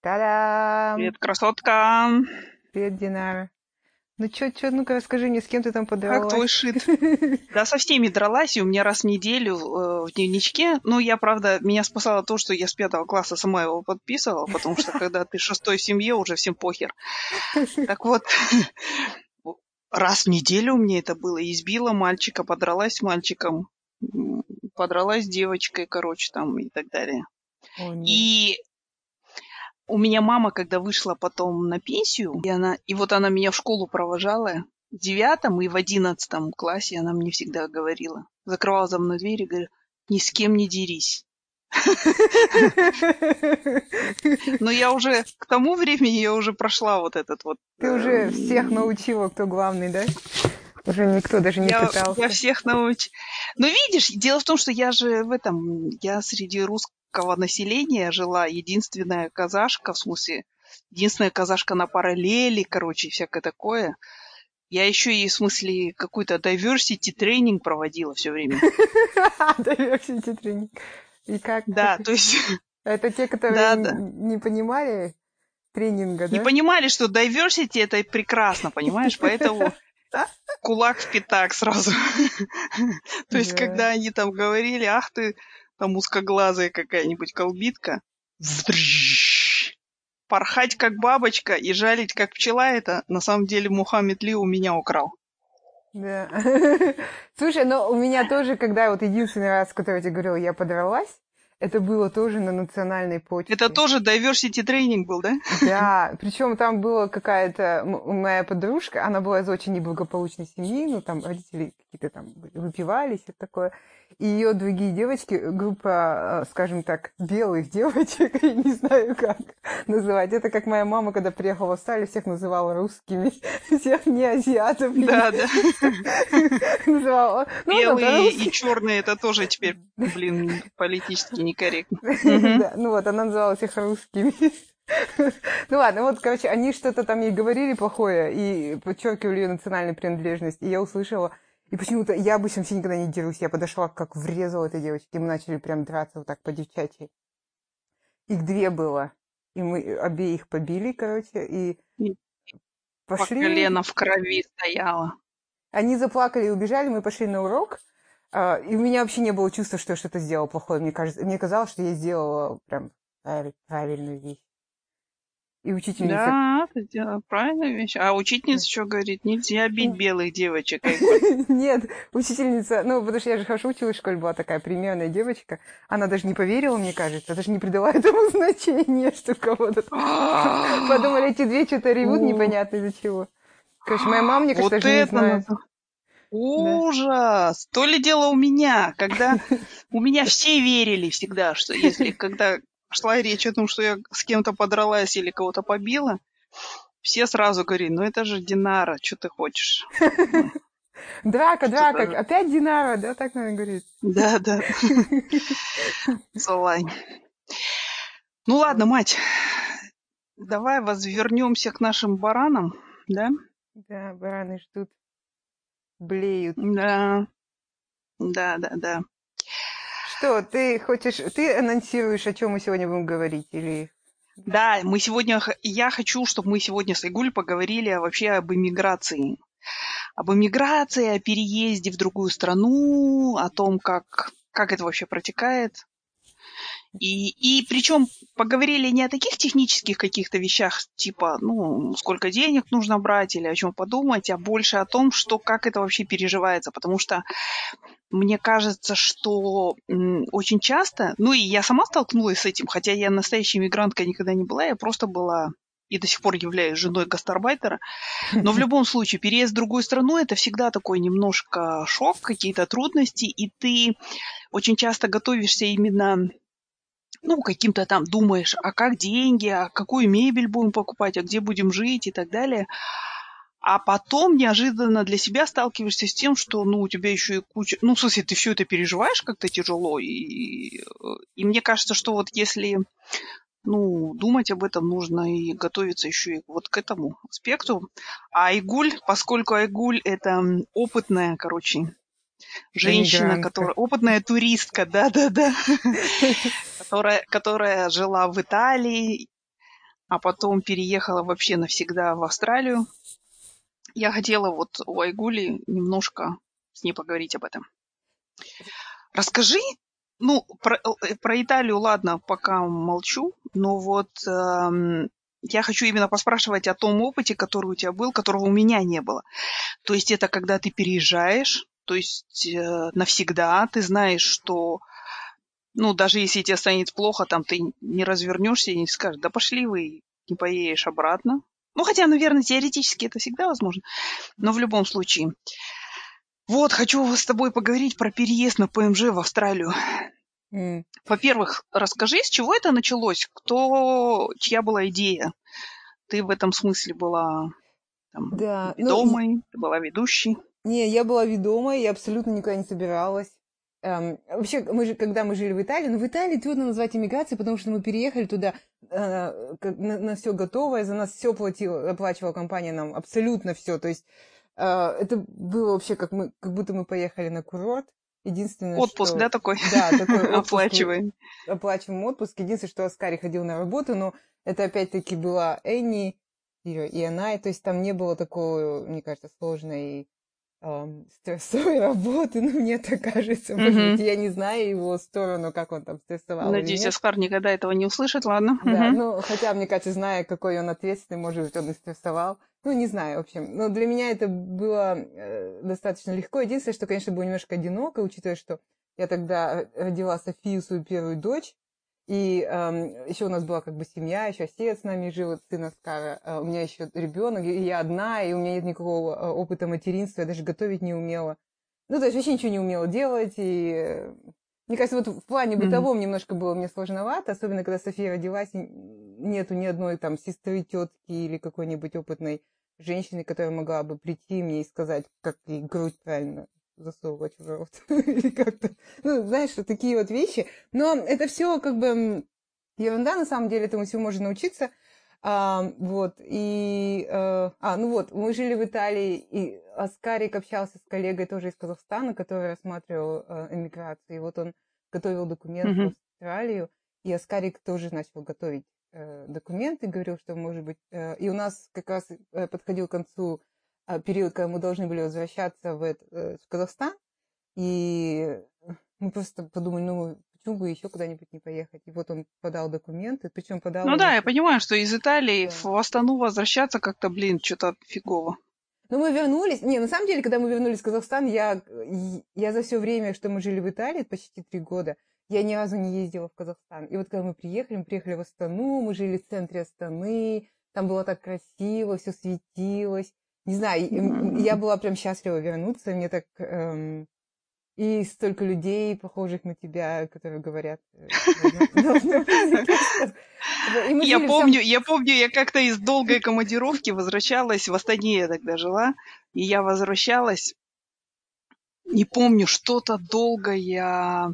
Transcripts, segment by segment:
Та-дам! Привет, красотка. Привет, Динара. Ну ну-ка расскажи мне, с кем ты там Как твой подралась? шит? Да, со всеми дралась, и у меня раз в неделю в дневничке. Ну, я, правда, меня спасало то, что я с 5 класса сама его подписывала, потому что когда ты шестой в семье, уже всем похер. Так вот, раз в неделю у меня это было. Избила мальчика, подралась с мальчиком, подралась с девочкой, короче, там и так далее. О, нет. И у меня мама, когда вышла потом на пенсию, и вот она меня в школу провожала, в 9 и в 11 классе она мне всегда говорила, закрывала за мной дверь и говорила, ни с кем не дерись. Но я уже, к тому времени я уже прошла вот этот вот... Ты уже всех научила, кто главный, да? Уже никто даже не Я пытался. всех научила. Но видишь, дело в том, что я же я среди русского населения жила, единственная казашка, в смысле, единственная казашка на параллели, короче, всякое такое. Я еще и, в смысле, какой-то diversity тренинг проводила все время. Diversity тренинг. И как? Да, то есть, Это те, которые да, да. не понимали тренинга, Не да? понимали, что diversity это прекрасно, понимаешь? Поэтому кулак в пятак сразу. То есть, Да. когда они там говорили, ах ты, там узкоглазая какая-нибудь колбитка, порхать как бабочка и жалить как пчела, это на самом деле Мухаммед Ли у меня украл. Да. Слушай, ну у меня тоже, когда вот единственный раз, который я тебе говорила, я подралась, это было тоже на национальной Это почте. тоже diversity тренинг был, да? Да, причем там была какая-то моя подружка, она была из очень неблагополучной семьи, ну там родители какие-то там выпивались, и такое. И ее другие девочки, группа, скажем так, белых девочек, я не знаю как называть. Это как моя мама, когда приехала в Австралию, всех называла русскими, всех не азиатов. Да, да. Называла, ну, это Белые и русские. черные это тоже теперь, блин, политически некорректно. Мгм. Да, ну вот, она называла всех русскими. Ну ладно, вот, короче, они что-то там ей говорили плохое и подчеркивали ее национальную принадлежность. И я услышала, и почему-то я обычно вообще никогда не дерусь. Я подошла, как врезала этой девочке, и мы начали прям драться вот так по-девчачьи. Их две было. И мы обеих побили, короче, и И по пошли. колено в крови стояла. Они заплакали и убежали, мы пошли на урок. И у меня вообще не было чувства, что я что-то сделала плохое. Мне казалось, что я сделала прям правильную вещь. И учительница... Да, ты сделала правильную вещь. А учительница что говорит? Нельзя бить белых девочек, Айгуль. Нет, учительница, ну, потому что я же хорошо училась в школе, была такая примерная девочка. Она даже не поверила, мне кажется, даже не придала этому значения, что кого-то... Подумали, эти две что-то ревут непонятно из-за чего. Короче, моя мама, мне кажется, Вот даже не это знает. Да. ужас! То ли дело у меня, когда у меня все верили всегда, что когда шла речь о том, что я с кем-то подралась или кого-то побила, все сразу говорили, ну это же Динара, что ты хочешь? Ну, Драка, что-то... опять Динара, да, так надо говорить. Да, да, Салай. Ну ладно, мать, давай вернемся к нашим баранам, да? Да, бараны ждут, блеют. Да, да, да, да. Что, ты анонсируешь, о чем мы сегодня будем говорить, или... Да, я хочу, чтобы мы сегодня с Айгуль поговорили вообще об иммиграции. Об эмиграции, о переезде в другую страну, о том, как это вообще протекает. И причем поговорили не о таких технических каких-то вещах, типа, ну, сколько денег нужно брать или о чем подумать, а больше о том, как это вообще переживается. Потому что мне кажется, что очень часто, ну и я сама столкнулась с этим, хотя я настоящая иммигрантка никогда не была, я просто была и до сих пор являюсь женой гастарбайтера. Но в любом случае, переезд в другую страну – это всегда такой немножко шок, какие-то трудности, и ты очень часто готовишься именно, ну, каким-то там думаешь, а как деньги, а какую мебель будем покупать, а где будем жить и так далее. А потом неожиданно для себя сталкиваешься с тем, что, ну, у тебя еще и куча... Ну, в смысле, ты все это переживаешь как-то тяжело. И мне кажется, что вот если, ну, думать об этом нужно и готовиться еще и вот к этому аспекту. А Айгуль, поскольку Айгуль это опытная, короче, женщина, Эмигрантка. которая... Опытная туристка, да-да-да, которая жила в Италии, а потом переехала вообще навсегда в Австралию. Я хотела вот у Айгули немножко с ней поговорить об этом. Расскажи, ну, про Италию, ладно, пока молчу, но вот я хочу именно поспрашивать о том опыте, который у тебя был, которого у меня не было. То есть это когда ты переезжаешь, то есть навсегда, ты знаешь, что, ну, даже если тебе станет плохо, там ты не развернешься и не скажешь, да пошли вы, не поедешь обратно. Ну, хотя, наверное, теоретически это всегда возможно, но в любом случае. Вот, хочу с тобой поговорить про переезд на ПМЖ в Австралию. Во-первых, расскажи, с чего это началось? Чья была идея? Ты в этом смысле была там, Да, ведомой, ты была ведущей? Не, я была ведомой, я абсолютно никуда не собиралась. Вообще, когда мы жили в Италии, в Италии трудно назвать иммиграцией, потому что мы переехали туда на все готовое, за нас все оплачивала компания, нам абсолютно все. То есть это было вообще как будто мы поехали на курорт. Единственное, отпуск, что... да, такой? Да, такой отпуск. Оплачиваем отпуск. Единственное, что Оскари ходил на работу, но это опять-таки была Энни и она, то есть там не было такой, мне кажется, сложной стрессовой работы, мне так кажется. Может быть, я не знаю его сторону, как он там стрессовал или Надеюсь, нет. Оскар никогда этого не услышит, ладно? Да, хотя, мне кажется, зная, какой он ответственный, может быть, он и стрессовал. Не знаю, в общем. Но для меня это было достаточно легко. Единственное, что, конечно, было немножко одиноко, учитывая, что я тогда родила Софию, свою первую дочь, и еще у нас была как бы семья, еще отец с нами жил, сын Оскара, у меня еще ребенок, и я одна, и у меня нет никакого опыта материнства, я даже готовить не умела. То есть вообще ничего не умела делать, и мне кажется, вот в плане бытовом немножко было мне сложновато, особенно когда София родилась, нету ни одной там сестры, тетки или какой-нибудь опытной женщины, которая могла бы прийти мне и сказать, как ей грудь правильно засовывать в рот. Или как-то, знаешь, такие вот вещи. Но это все как бы ерунда, на самом деле, этому всему можно научиться. Мы жили в Италии, и Оскарик общался с коллегой тоже из Казахстана, который рассматривал эмиграцию. И вот он готовил документы в Австралию, и Оскарик тоже начал готовить документы, говорил, что, может быть... И у нас как раз подходил к концу период, когда мы должны были возвращаться в Казахстан, и мы просто подумали, почему бы еще куда-нибудь не поехать. И вот он подал документы, причем подал... Ну да, я понимаю, что из Италии в Астану возвращаться как-то, что-то фигово. Мы вернулись... на самом деле, когда мы вернулись в Казахстан, я за все время, что мы жили в Италии, почти 3 года, я ни разу не ездила в Казахстан. И вот когда мы приехали в Астану, мы жили в центре Астаны, там было так красиво, все светилось. Не знаю, я была прям счастлива вернуться, мне так... И столько людей, похожих на тебя, которые говорят... Я помню, я как-то из долгой командировки возвращалась, в Астане я тогда жила, и я возвращалась, не помню, что-то долго я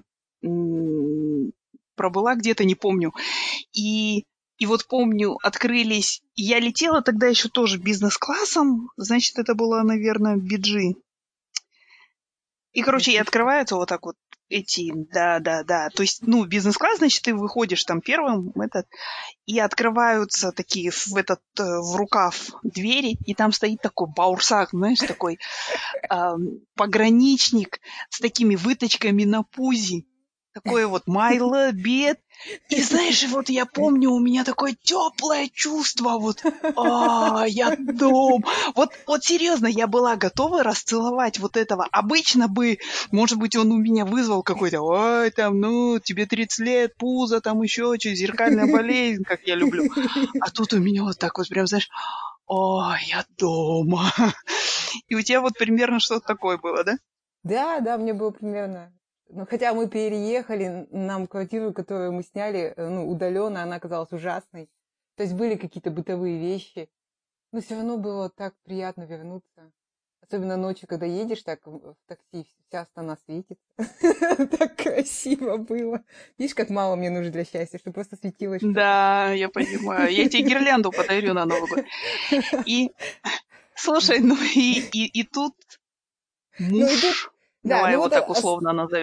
пробыла где-то, не помню. И вот помню, открылись... Я летела тогда еще тоже бизнес-классом, значит, это было, наверное, BG. И, короче, и открываются вот так вот эти, да. То есть, бизнес-класс, значит, ты выходишь там первым, и открываются такие в рукав двери, и там стоит такой баурсак, знаешь, такой пограничник с такими выточками на пузе. Такое вот my love bed. И знаешь, вот я помню, у меня такое теплое чувство, я дом. Вот серьезно, я была готова расцеловать вот этого. Обычно бы, может быть, он у меня вызвал какой-то, ой, там, тебе 30 лет, пузо, там еще что, зеркальная болезнь, как я люблю. А тут у меня вот так вот прям, знаешь, я дома. И у тебя вот примерно что-то такое было, да? Да, мне было примерно. Хотя мы переехали, нам квартиру, которую мы сняли, удаленно, она оказалась ужасной. То есть были какие-то бытовые вещи. Но все равно было так приятно вернуться. Особенно ночью, когда едешь так в такси, вся Астана светится. Так красиво было. Видишь, как мало мне нужно для счастья, чтобы просто светилось что-то. Да, я понимаю. Я тебе гирлянду подарю на Новый год. И, слушай, и тут муж... Давай его так условно назовем.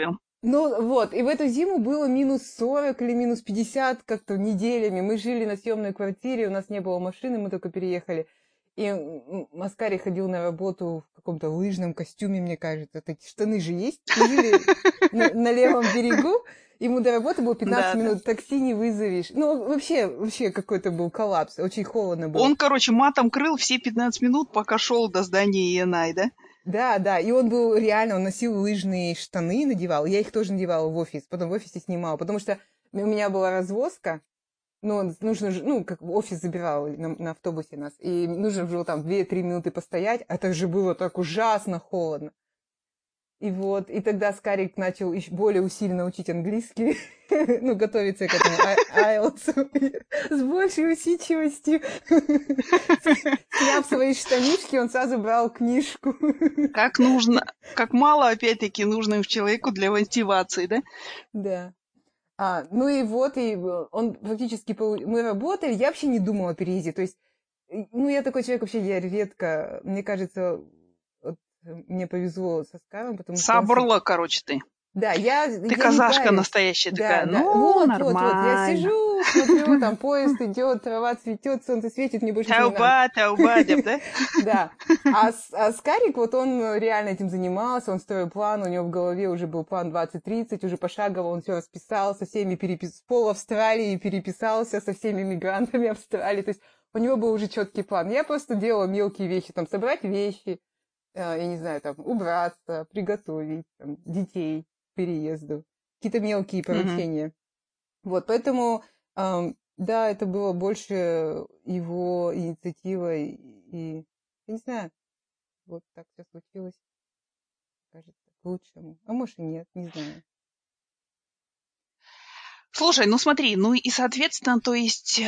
Ну вот, и в эту зиму было минус 40 или минус 50 как-то неделями. Мы жили на съемной квартире, у нас не было машины, мы только переехали. И Маскари ходил на работу в каком-то лыжном костюме, мне кажется. Такие штаны же есть. Мы жили на левом берегу, ему до работы было 15 минут, такси не вызовешь. Ну, вообще какой-то был коллапс, очень холодно было. Он, короче, матом крыл все 15 минут, пока шел до здания ЕНАЙ, да? Да, и он был реально, он носил лыжные штаны, надевал. Я их тоже надевала в офис, потом в офисе снимала, потому что у меня была развозка, ну, нужно же, ну, как офис забирал на автобусе нас, и нужно было там 2-3 минуты постоять, а это же было так ужасно холодно. И вот, и тогда Скарик начал еще более усиленно учить английский, ну, готовиться к этому IELTS с большей усидчивостью. Сняв свои штанишки, он сразу брал книжку. Как нужно, как мало, опять-таки, нужно человеку для мотивации, да? Да. Ну и вот, и он фактически... Мы работали, я вообще не думала о переезде. То есть, ну, я такой человек вообще, я редко... Мне кажется, мне повезло со Скаром, потому что... Сабурла, короче, ты. Да, Ты я казашка не настоящая такая. Да. Ну, Вот, нормально. я сижу, смотрю, там поезд идет, трава цветет, солнце светит, мне больше ничего не надо. Тауба, да? Да. А Скарик, вот он реально этим занимался, он строил план, у него в голове уже был план 2030, уже пошагово он все расписал, со всеми пол Австралии переписался, со всеми мигрантами Австралии, то есть у него был уже четкий план. Я просто делала мелкие вещи, там, собрать вещи, я не знаю, там, убраться, приготовить, там, детей к переезду, какие-то мелкие поручения. Вот, поэтому, да, это было больше его инициативой, и я не знаю, вот так все случилось, кажется, к лучшему. А может и нет, не знаю. Слушай, ну смотри, ну и, соответственно, то есть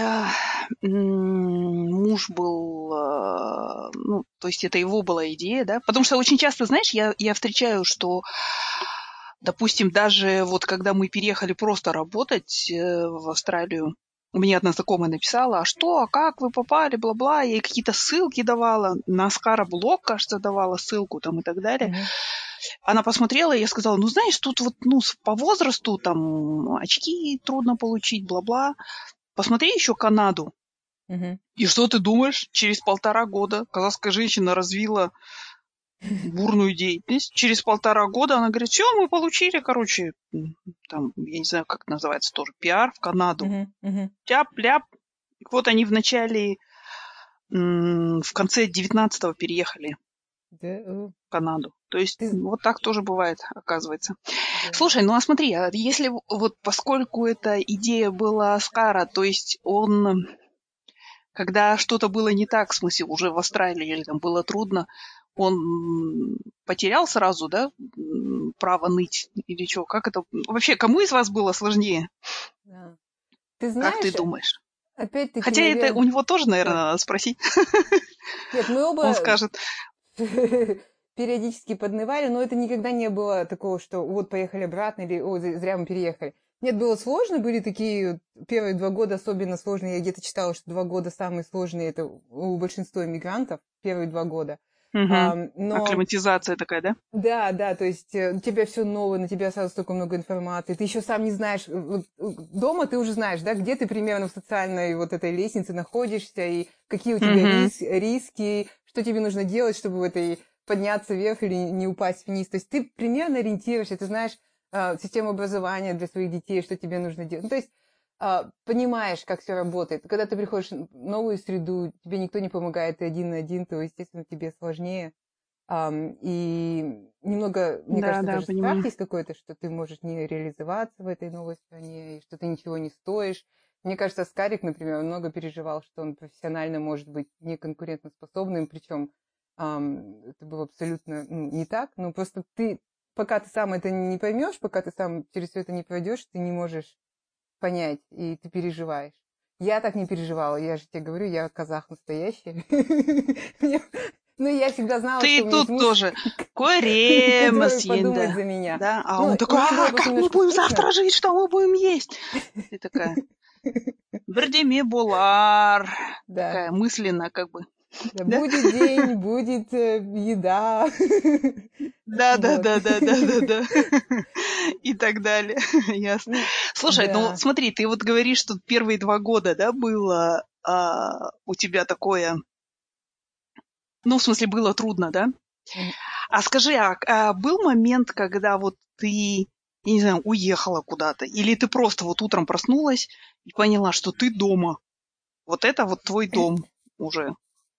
муж был, ну, то есть это его была идея, да? Потому что очень часто, знаешь, я встречаю, что, допустим, даже вот когда мы переехали просто работать в Австралию, мне одна знакомая написала, а что, а как вы попали, бла-бла, я ей какие-то ссылки давала, на Скара-блог, кажется, давала ссылку там и так далее. Она посмотрела, и я сказала, ну, знаешь, тут вот, ну, по возрасту там очки трудно получить, бла-бла. Посмотри еще Канаду. И что ты думаешь? Через 1,5 года казахская женщина развила бурную деятельность. Через 1,5 года она говорит, все, мы получили, короче, там, я не знаю, как это называется тоже, пиар в Канаду. Тяп-ляп. Вот они в конце 19-го переехали в Канаду. То есть вот так тоже бывает, оказывается. Слушай, ну а смотри, если вот поскольку эта идея была Скара, то есть он, когда что-то было не так, в смысле уже в Австралии или там было трудно, он потерял сразу, да, право ныть или что? Как это? Вообще, кому из вас было сложнее? Да. Ты знаешь, как ты думаешь? Опять-таки, хотя наверное... это у него тоже, наверное, надо спросить. Нет, мы оба... Он скажет... периодически поднывали, но это никогда не было такого, что вот поехали обратно или о, зря мы переехали. Нет, было сложно, были такие первые 2 года особенно сложные. Я где-то читала, что 2 года самые сложные, это у большинства иммигрантов, первые 2 года. Но... Акклиматизация такая, да? Да, то есть у тебя все новое, на тебя сразу столько много информации, ты еще сам не знаешь, вот, дома ты уже знаешь, да, где ты примерно в социальной вот этой лестнице находишься, и какие у тебя риски, что тебе нужно делать, чтобы в этой подняться вверх или не упасть вниз. То есть ты примерно ориентируешься, ты знаешь систему образования для своих детей, что тебе нужно делать. Ну, то есть понимаешь, как все работает. Когда ты приходишь в новую среду, тебе никто не помогает, ты один на один, то, естественно, тебе сложнее. И немного, мне кажется, даже страх есть какой-то, что ты можешь не реализоваться в этой новой стране, и что ты ничего не стоишь. Мне кажется, Скарик, например, он много переживал, что он профессионально может быть неконкурентоспособным, причем это было абсолютно не так, но просто пока ты сам это не поймешь, пока ты сам через все это не пройдешь, ты не можешь понять, и ты переживаешь. Я так не переживала, я же тебе говорю, я казах настоящий. Ну, я всегда знала, ты что у меня тут муж, тоже который подумает за меня. Да? А он такой, как мы будем завтра жить, что мы будем есть? Ты такая, Бердеме Булар. Такая мысленно как бы. Да, будет день, будет еда. Да, да, Вот. да, да, да, да, да. И так далее. Ясно. Ну, Слушай, ну да. смотри, ты вот говоришь, что первые 2 года, да, было у тебя такое, ну, в смысле, было трудно, да? Мгм. А скажи, был момент, когда вот ты, я не знаю, уехала куда-то, или ты просто вот утром проснулась и поняла, что ты дома? Вот это вот твой дом уже.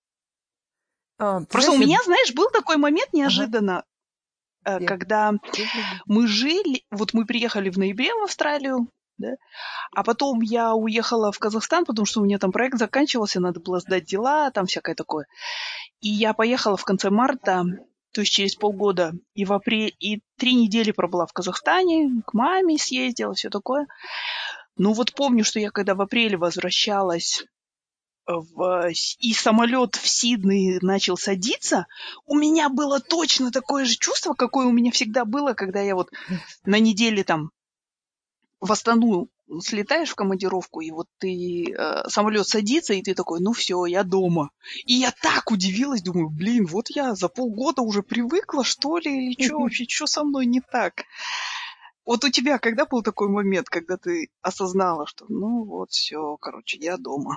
Ты Просто у знаешь, меня, знаешь, был такой момент ага, неожиданно, где? когда В Дублине? мы жили, вот мы приехали в ноябре в Австралию, да, а потом я уехала в Казахстан, потому что у меня там проект заканчивался, надо было сдать дела, там всякое такое. И я поехала в конце марта, то есть через полгода, и в апреле, и 3 недели пробыла в Казахстане, к маме съездила, все такое. Ну вот помню, что я когда в апреле возвращалась и самолет в Сидней начал садиться, у меня было точно такое же чувство, какое у меня всегда было, когда я вот на неделе там в Астану слетаешь в командировку, и вот ты самолет садится, и ты такой, ну все, я дома. И я так удивилась, думаю, блин, вот я за полгода уже привыкла, что ли, или что вообще, что со мной не так? Вот у тебя когда был такой момент, когда ты осознала, что ну вот все, короче, я дома?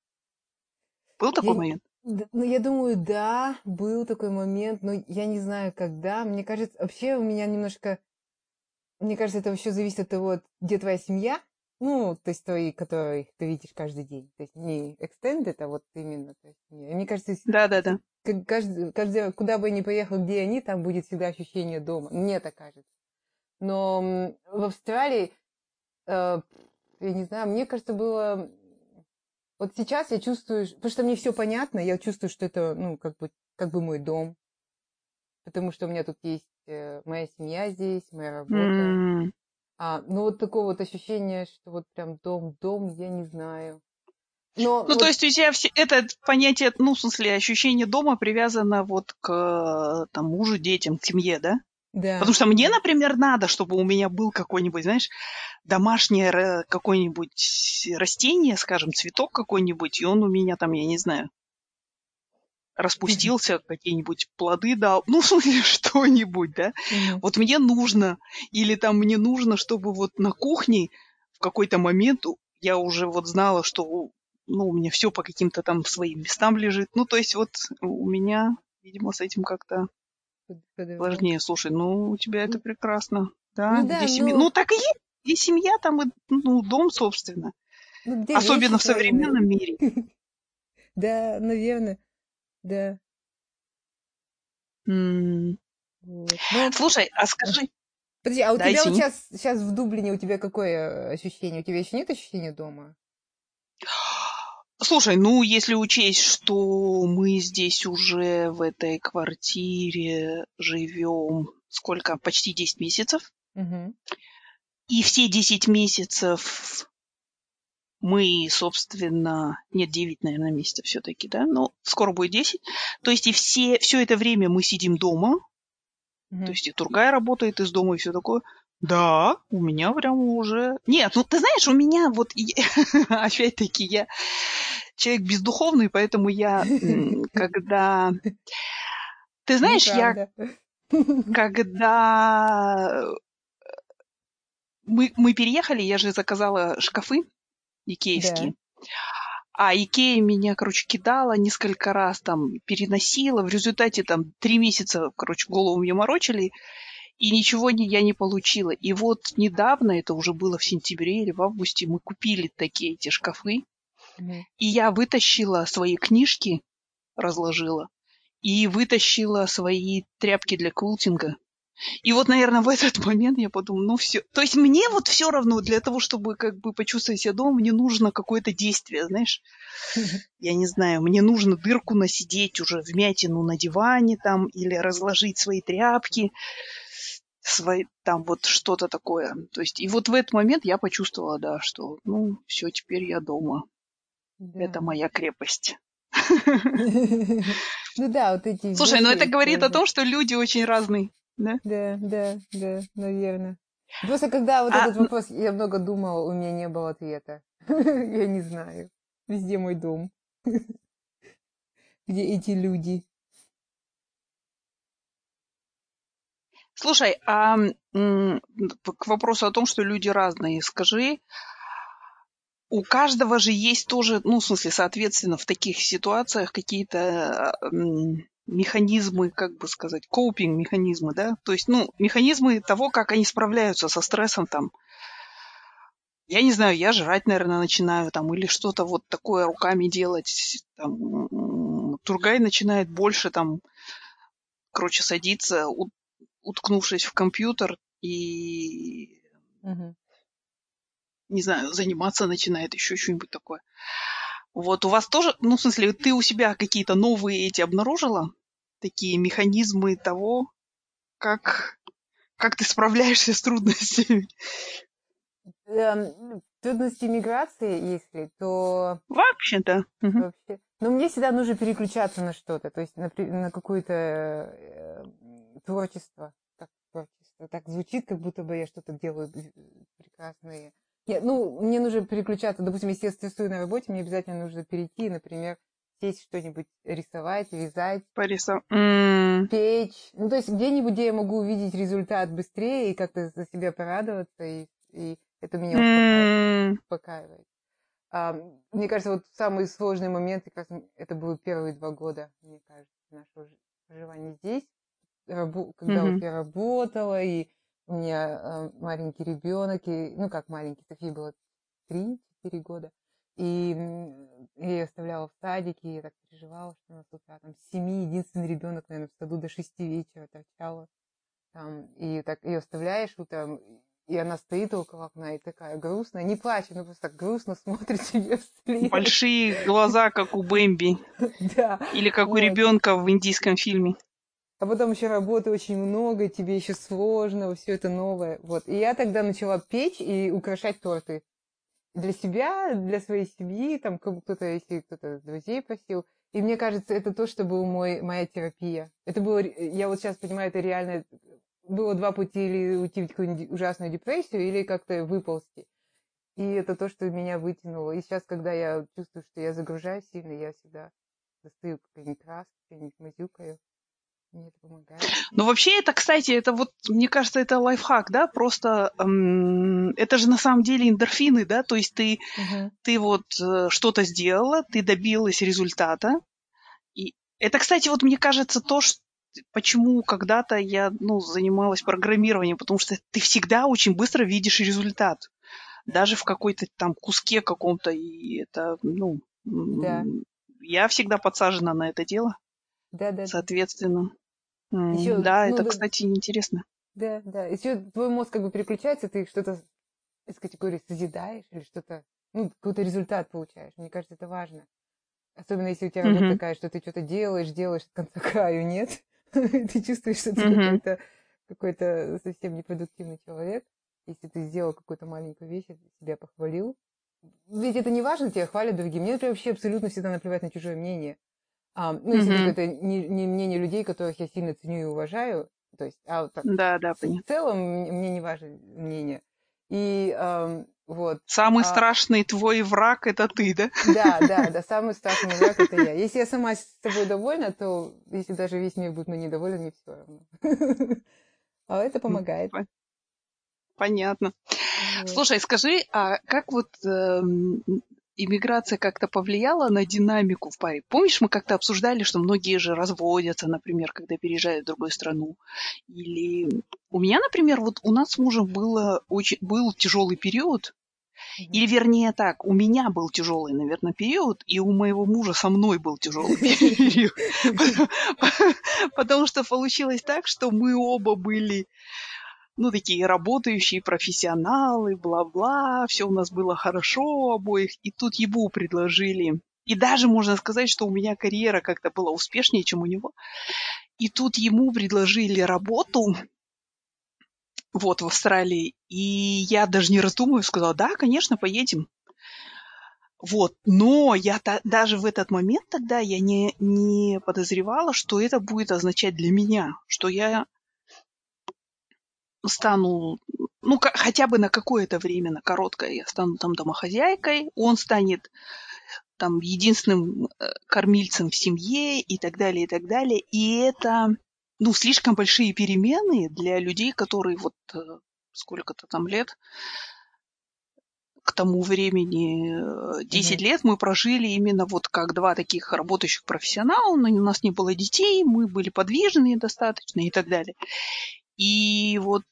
Был такой Я, момент? ну, я думаю, да, был такой момент, но я не знаю, когда. Мне кажется, вообще у меня немножко, мне кажется, это вообще зависит от того, где твоя семья, ну, то есть твои, которых ты видишь каждый день. То есть не extended, а вот именно. То есть, мне кажется, Да-да-да. куда бы я ни поехал, где они, там будет всегда ощущение дома. Мне так кажется. Но в Австралии, я не знаю, мне кажется, было... Вот сейчас я чувствую, потому что мне все понятно, я чувствую, что это, ну, как бы мой дом, потому что у меня тут есть моя семья здесь, моя работа. М. Ну, вот такого вот ощущения, что вот прям дом, я не знаю. Но Ну, то вот, есть у тебя это понятие, ну, в смысле, ощущение дома привязано вот к там, мужу, детям, к семье, да? Потому да, что мне, да. например, надо, чтобы у меня был какой-нибудь, знаешь, домашнее какое-нибудь растение, скажем, цветок какой-нибудь, и он у меня там, я не знаю, распустился, какие-нибудь плоды дал, ну, в смысле, что-нибудь, да? Мгм. Вот мне нужно, или там мне нужно, чтобы вот на кухне в какой-то момент я уже вот знала, что, ну, у меня все по каким-то там своим местам лежит. Ну, то есть вот у меня, видимо, с этим как-то По-другому. сложнее. Слушай, ну, у тебя это Ну, прекрасно, да? ну да, Где семья? Ну, но так и есть. Где семья, там и, ну, дом, собственно. ну, где вещи Особенно в твои, на- современном мире. да, наверное, да. М. Вот. Но, Слушай, а а, скажи, подожди, а у да, тебя вот извини. сейчас в Дублине, у тебя какое ощущение? У тебя еще нет ощущения дома? Слушай, ну, если учесть, что мы здесь уже в этой квартире живем сколько? Почти 10 месяцев. Мгм. И все 10 месяцев мы, собственно, нет, 9, наверное, месяцев все-таки, да? Но скоро будет 10. То есть и все это время мы сидим дома. То Мгм. есть и Тургай работает из дома и все такое. Да, у меня прямо уже... Нет, ну ты знаешь, у меня вот... Опять-таки, я человек бездуховный, поэтому я, когда... Ты знаешь, я Неправда. когда мы переехали, я же заказала шкафы Да. икеевские. А Икея меня, короче, кидала несколько раз, там, переносила. В результате там 3 месяца, короче, голову мне морочили, и ничего я не получила. И вот недавно, это уже было в сентябре или в августе, мы купили такие эти шкафы, Мгм. и я вытащила свои книжки, разложила, и вытащила свои тряпки для квилтинга. И вот, наверное, в этот момент я подумала, ну все. То есть мне вот все равно для того, чтобы как бы почувствовать себя дома, мне нужно какое-то действие, знаешь. Я не знаю, мне нужно дырку насидеть уже, вмятину на диване там, или разложить свои тряпки, свои, там вот что-то такое. То есть и вот в этот момент я почувствовала, да, что ну все, теперь я дома. Это Да. моя крепость. Ну да, вот эти Слушай, ну это вещи говорит о тоже. том, что люди очень разные, да? Да, да, да, наверное. Просто когда вот А, этот вопрос, я много думала, у меня не было ответа. Я не знаю. Везде мой дом. Где эти люди? Слушай, к вопросу о том, что люди разные, скажи, у каждого же есть тоже, ну, в смысле, соответственно, в таких ситуациях какие-то механизмы, как бы сказать, коупинг-механизмы, да? То есть, ну, механизмы того, как они справляются со стрессом там. Я не знаю, я жрать, наверное, начинаю там или что-то вот такое руками делать. Там, Тургай начинает больше там, короче, садиться, уткнувшись в компьютер и, Мгм. не знаю, заниматься начинает, еще что-нибудь такое. Вот у вас тоже, ну, в смысле, ты у себя какие-то новые эти обнаружила? Такие механизмы того, как, как ты справляешься с трудностями? Трудности миграции, если, то Вообще-то. Мгм. вообще... Но мне всегда нужно переключаться на что-то, то есть на какое-то творчество. Творчество. Так звучит, как будто бы я что-то делаю прекрасное. Нет, ну, мне нужно переключаться. Допустим, если я стрессую на работе, мне обязательно нужно перейти, например, сесть что-нибудь рисовать, вязать, печь. Ну, то есть где-нибудь, где я могу увидеть результат быстрее и как-то за себя порадоваться, и это меня успокаивает. Мне кажется, вот самые сложные моменты, как раз это были первые 2 года, мне кажется, нашего проживания здесь, когда вот Мгм. я работала, и у меня маленький ребенок, и, ну как маленький, Софии было 3-4 года, и я ее оставляла в садике, и я так переживала, что она с утра там с 7, единственный ребенок, наверное, в саду до 6 вечера торчала там, и так ее оставляешь утром, и она стоит около окна и такая грустная, не плачет, но просто так грустно смотрит тебе вслед. Большие глаза, как у Бэмби. Да, Или как у вот. ребенка в индийском фильме. А потом еще работы очень много, и тебе еще сложно, все это новое. Вот. И я тогда начала печь и украшать торты. Для себя, для своей семьи, там кто-то, если кто-то друзей просил. И мне кажется, это то, что была моя терапия. Это было, я вот сейчас понимаю, это реально было 2 пути: или уйти в какую-нибудь ужасную депрессию, или как-то выползти. И это то, что меня вытянуло. И сейчас, когда я чувствую, что я загружаюсь сильно, я всегда достаю какие-нибудь краски, какие-нибудь мазюкаю. Мне это помогает. Но вообще это, кстати, это вот, мне кажется, это лайфхак, да, просто это же на самом деле эндорфины, да, то есть Мгм. ты вот что-то сделала, ты добилась результата. И это, кстати, вот мне кажется, почему когда-то я, ну, занималась программированием, потому что ты всегда очень быстро видишь результат. Даже в какой-то там куске каком-то, и это, ну, Да, я всегда подсажена на это дело, да. соответственно. Еще, Да, ну это, да, кстати, интересно. да. Еще твой мозг как бы переключается, ты что-то из категории созидаешь или что-то, ну, какой-то результат получаешь. Мне кажется, это важно. Особенно если у тебя работа Мгм. такая, что ты что-то делаешь, с конца к краю нет. Ты чувствуешь, что ты Мгм. какой-то совсем непродуктивный человек. Если ты сделал какую-то маленькую вещь, и себя похвалил. Ведь это не важно, тебя хвалят другие. Мне, например, вообще абсолютно всегда наплевать на чужое мнение. Ну, если только Мгм. это не мнение людей, которых я сильно ценю и уважаю, то есть, а вот так, Да, да, в понятно. целом мне не важно мнение. И вот. Самый А, страшный твой враг — это ты, да? да, самый страшный мой враг — это я. Если я сама с собой довольна, то если даже весь мир будет мне недоволен, мне все равно. А это помогает. П- Понятно. Вот. Слушай, скажи, а как вот иммиграция как-то повлияла на динамику в паре? Помнишь, мы как-то обсуждали, что многие же разводятся, например, когда переезжают в другую страну? Или у меня, например, вот у нас с мужем был тяжелый период, или Мгм. вернее так, у меня был тяжелый, наверное, период, и у моего мужа со мной был тяжелый период. Потому что получилось так, что мы оба были, ну, такие работающие профессионалы, бла-бла, все у нас было хорошо у обоих, и тут ему предложили, и даже можно сказать, что у меня карьера как-то была успешнее, чем у него, и тут ему предложили работу, вот, в Австралии, и я даже не раздумывая сказала: да, конечно, поедем. Вот, но я даже в этот момент тогда я не подозревала, что это будет означать для меня, что я стану, ну, хотя бы на какое-то время, на короткое, я стану там домохозяйкой, он станет там единственным кормильцем в семье и так далее, и так далее. И это, слишком большие перемены для людей, которые вот сколько-то там лет, к тому времени 10 лет мы прожили именно вот как два таких работающих профессионала, у нас не было детей, мы были подвижные достаточно и так далее. И вот,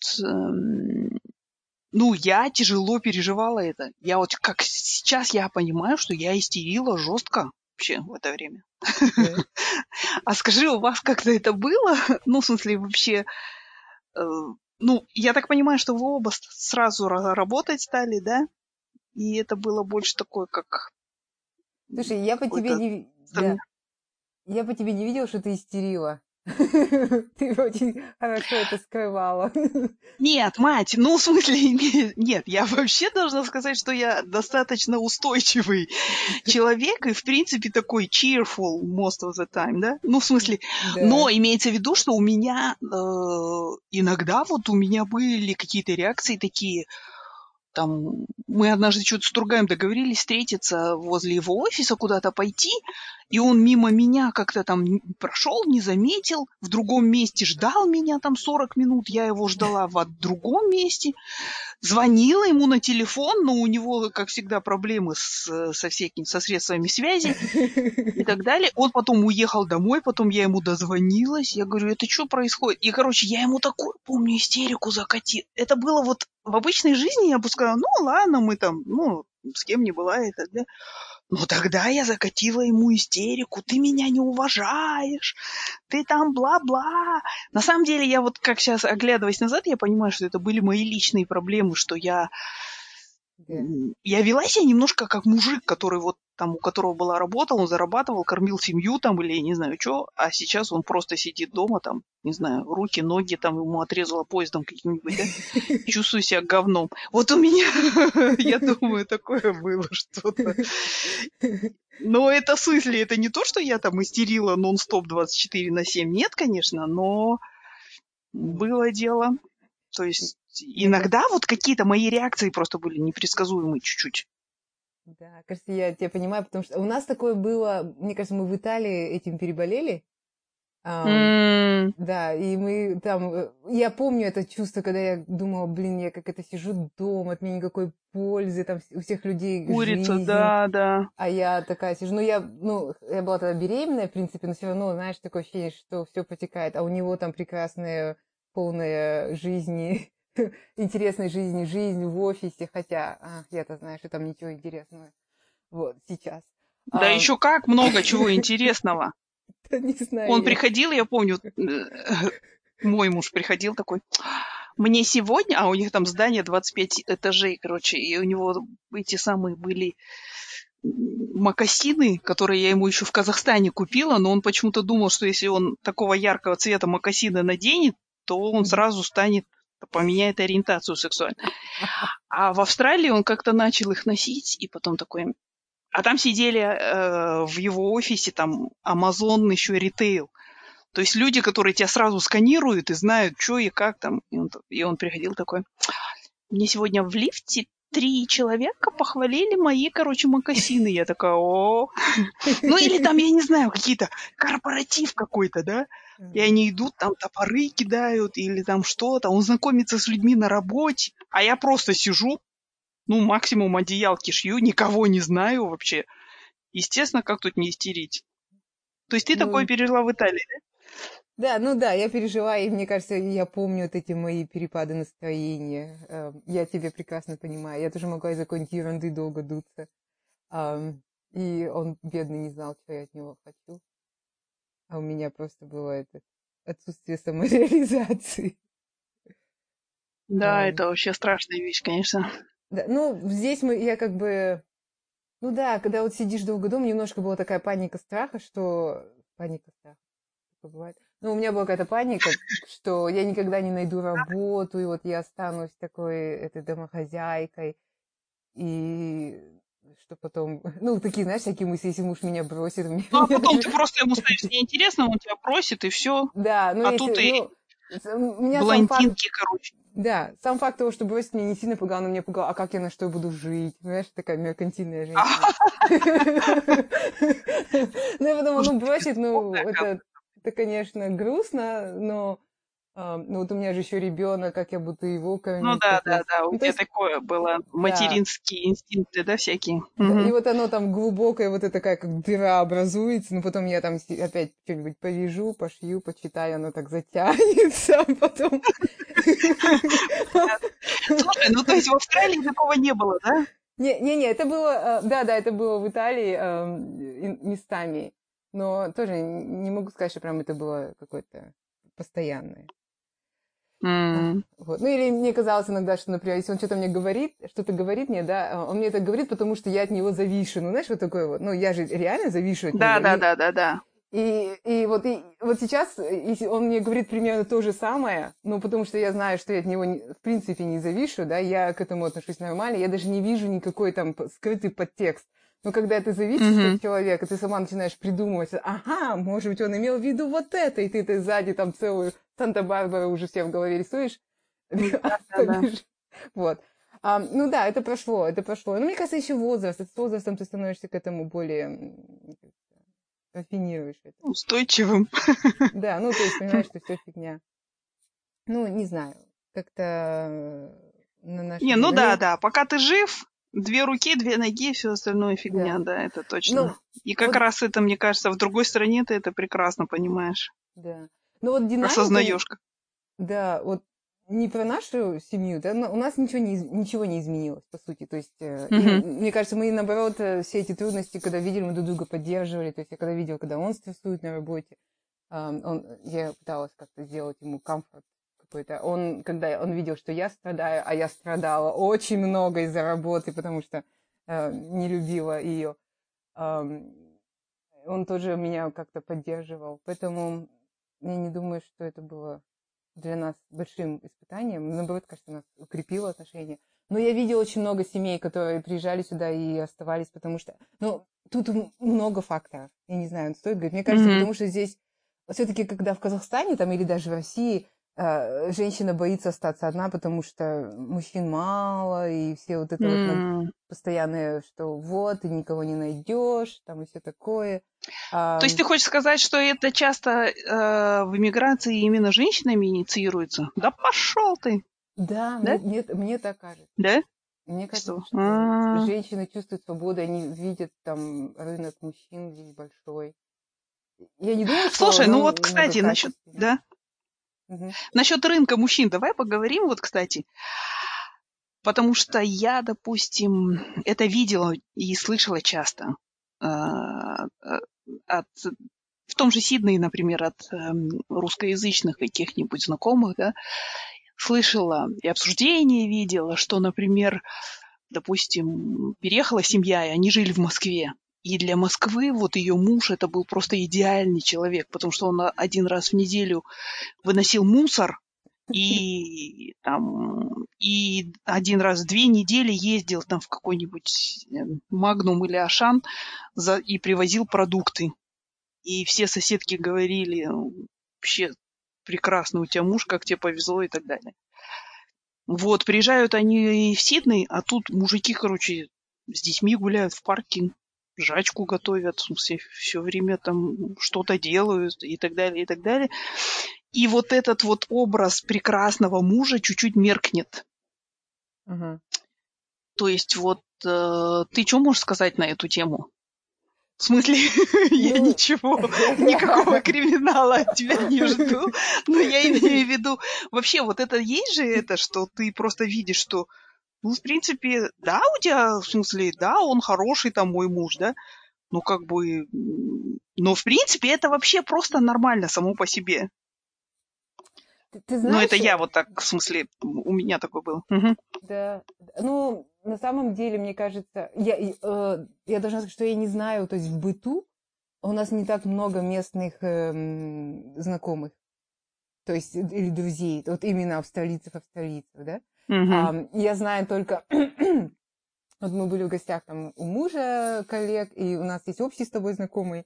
я тяжело переживала это. Я вот как сейчас я понимаю, что я истерила жестко вообще в это время. А скажи, у вас как-то это было? Ну, в смысле, вообще... я так понимаю, что вы оба сразу работать стали, да? И это было больше такое, как... Слушай, я по тебе не... Да. Я по тебе не видела, что ты истерила. Ты очень хорошо это скрывала. Нет, мать, в смысле, нет, я вообще должна сказать, что я достаточно устойчивый человек и, в принципе, такой cheerful most of the time, да? В смысле, Да. но имеется в виду, что у меня иногда вот у меня были какие-то реакции такие, там, мы однажды что-то с Тургаем договорились встретиться возле его офиса, куда-то пойти, и он мимо меня как-то там прошел, не заметил, в другом месте ждал меня там 40 минут, я его ждала в другом месте, звонила ему на телефон, но у него, как всегда, проблемы со средствами связи и так далее. Он потом уехал домой, потом я ему дозвонилась, я говорю, это что происходит? И, я ему такую, помню, истерику закатила. Это было вот в обычной жизни, я бы сказала, ладно, мы там, с кем не бывает, да. Но тогда я закатила ему истерику, ты меня не уважаешь, ты там бла-бла. На самом деле, я вот как сейчас, оглядываясь назад, я понимаю, что это были мои личные проблемы, что я вела себя немножко как мужик, который вот там, у которого была работа, он зарабатывал, кормил семью там или не знаю что, а сейчас он просто сидит дома там, не знаю, руки, ноги там ему отрезало поездом каким-нибудь, да? Чувствую себя говном. Вот у меня, я думаю, такое было что-то. Но это в смысле, это не то, что я там истерила нон-стоп 24/7, нет, конечно, но было дело. То есть иногда вот какие-то мои реакции просто были непредсказуемые чуть-чуть. Да, кажется, я тебя понимаю, потому что у нас такое было, мне кажется, мы в Италии этим переболели. Да, и мы там... Я помню это чувство, когда я думала, я как это сижу дома, от меня никакой пользы, там у всех людей Курица, жизнь. да. А я такая сижу. Я была тогда беременная, в принципе, но все равно, знаешь, такое ощущение, что все потекает. А у него там прекрасная, полная жизни, интересной жизнь в офисе, хотя я-то знаю, что там ничего интересного. Вот, сейчас. Да еще как много чего интересного. Не знаю. Он приходил, я помню, мой муж приходил такой, мне сегодня, а у них там здание 25 этажей, и у него эти самые были мокасины, которые я ему еще в Казахстане купила, но он почему-то думал, что если он такого яркого цвета мокасины наденет, то он сразу поменяет ориентацию сексуальную. А в Австралии он как-то начал их носить, и потом такой... А там сидели в его офисе, там, Amazon еще ритейл. То есть люди, которые тебя сразу сканируют и знают, что и как там. И он приходил такой, мне сегодня в лифте 3 человека похвалили мои, мокасины. Я такая, о. Или там, я не знаю, какие-то корпоратив какой-то, да? И они идут, там топоры кидают или там что-то. Он знакомится с людьми на работе, а я просто сижу, максимум одеялки шью, никого не знаю вообще. Естественно, как тут не истерить? То есть ты такое пережила в Италии, да? Да, я пережила, и мне кажется, я помню вот эти мои перепады настроения. Я тебя прекрасно понимаю. Я тоже могла из-за какой-нибудь ерунды долго дуться. И он, бедный, не знал, что я от него хочу. А у меня просто было это отсутствие самореализации. Да, это вообще страшная вещь, конечно. Да, здесь я как бы... когда вот сидишь долго дома, немножко была такая паника страха, что... Паника страха. Бывает. У меня была какая-то паника, что я никогда не найду работу, и вот я останусь такой этой домохозяйкой, и что потом... такие, знаешь, всякие мысли, если муж меня бросит. А потом ты просто ему станешь неинтересным, он тебя бросит, и все. Да, а тут и блондинки, Да, сам факт того, что бросить, меня не сильно пугал, но меня пугал, а как я на что буду жить? Знаешь, такая меркантильная женщина. Я подумала, бросит, это это, конечно, грустно, но ну вот у меня же еще ребенок, как я буду его Ну кормить, да, как да, я... да, у Ну, то тебя есть, такое было, да, материнские инстинкты, да, всякие. да, и Мгм. вот оно там глубокое, вот это такая как дыра образуется, но потом я там опять что-нибудь повяжу, пошью, почитаю, оно так затянется, а потом... Слушай, ну то есть в Австралии такого не было, да? Не, это было, да, это было в Италии местами, но тоже не могу сказать, что прям это было какое-то постоянное. М. Вот. Ну, или мне казалось иногда, что, например, если он что-то говорит мне, да, он мне это говорит, потому что я от него завишу. Ну, знаешь, вот такое вот. Ну, я же реально завишу от Да, него. да, да, да, да. И вот сейчас, если он мне говорит примерно то же самое, ну, потому что я знаю, что я от него, в принципе, не завишу, да, я к этому отношусь нормально, я даже не вижу никакой там скрытый подтекст. Но когда ты зависишь Мгм. от человека, ты сама начинаешь придумывать, ага, может быть, он имел в виду вот это, и ты сзади там целую Санта-Барбару уже себе в голове рисуешь, Да, да, да. побежишь. Вот. Ну да, это прошло. Но мне кажется, еще возраст. С возрастом ты становишься к этому более рафинируешь это. Устойчивым. Да, ну то есть понимаешь, что все фигня. Ну, не знаю, как-то на Не, нашем... ну да, Ну, да. Пока ты жив, 2 руки, 2 ноги, все остальное фигня, да. да, это точно. Ну, И как вот, раз это, мне кажется, в другой стране ты это прекрасно понимаешь. да. Ну вот динамика, Осознаешь. да, вот не про нашу семью, да, но у нас ничего не изменилось, по сути. То есть, и Мгм. мне кажется, мы, наоборот, все эти трудности, когда видели, мы друг друга поддерживали. То есть я когда видела, когда он стрессует на работе, я пыталась как-то сделать ему комфорт какой-то. Когда он видел, что я страдаю, а я страдала очень много из-за работы, потому что не любила ее, он тоже меня как-то поддерживал. Поэтому я не думаю, что это было для нас большим испытанием. Наоборот, кажется, нас укрепило отношения. Но я видела очень много семей, которые приезжали сюда и оставались, потому что... Ну, тут много факторов. Я не знаю, стоит говорить. Мне кажется, Мгм. потому что здесь... Все-таки, когда в Казахстане там, или даже в России женщина боится остаться одна, потому что мужчин мало, и все вот это вот М. постоянное, что вот, ты никого не найдешь, там и все такое. То есть ты хочешь сказать, что это часто в эмиграции именно женщинами инициируется? Да пошел ты, Да, да? мне так кажется. Да? Мне кажется, Что? что женщины чувствуют свободу, они видят там рынок мужчин здесь большой. Я не думаю, что Слушай, ну вот, не кстати, такая насчет, система. да, Мгм. насчет рынка мужчин давай поговорим, вот, кстати. Потому что я, допустим, это видела и слышала часто. а, а, От, в том же Сиднее, например, от русскоязычных каких-нибудь знакомых, да, слышала и обсуждения видела, что, например, допустим, переехала семья, и они жили в Москве. И для Москвы вот ее муж это был просто идеальный человек, потому что он один раз в неделю выносил мусор, и там и один раз в 2 недели ездил там в какой-нибудь Магнум или Ашан и привозил продукты. И все соседки говорили, вообще прекрасно у тебя муж, как тебе повезло и так далее. Вот, приезжают они в Сидней, а тут мужики, короче, с детьми гуляют в парке, жрачку готовят, в смысле, все время там что-то делают и так далее, и так далее. И вот этот вот образ прекрасного мужа чуть-чуть меркнет. Ага. То есть вот ты что можешь сказать на эту тему? В смысле, я Ну, ничего, никакого криминала от тебя не жду, но я имею в виду, вообще вот это есть же это, что ты просто видишь, что, ну, в принципе, да, у тебя, в смысле, да, он хороший там мой муж, да, ну, как бы, но, в принципе, это вообще просто нормально само по себе. ты Ну, это знаешь, я вот так, в смысле, у меня такое было. Мгм. да, ну, на самом деле, мне кажется, я должна сказать, что я не знаю, то есть в быту у нас не так много местных знакомых, то есть или друзей, вот именно австралийцев, да. Мгм. Я знаю только вот мы были в гостях там у мужа коллег, и у нас есть общий с тобой знакомый.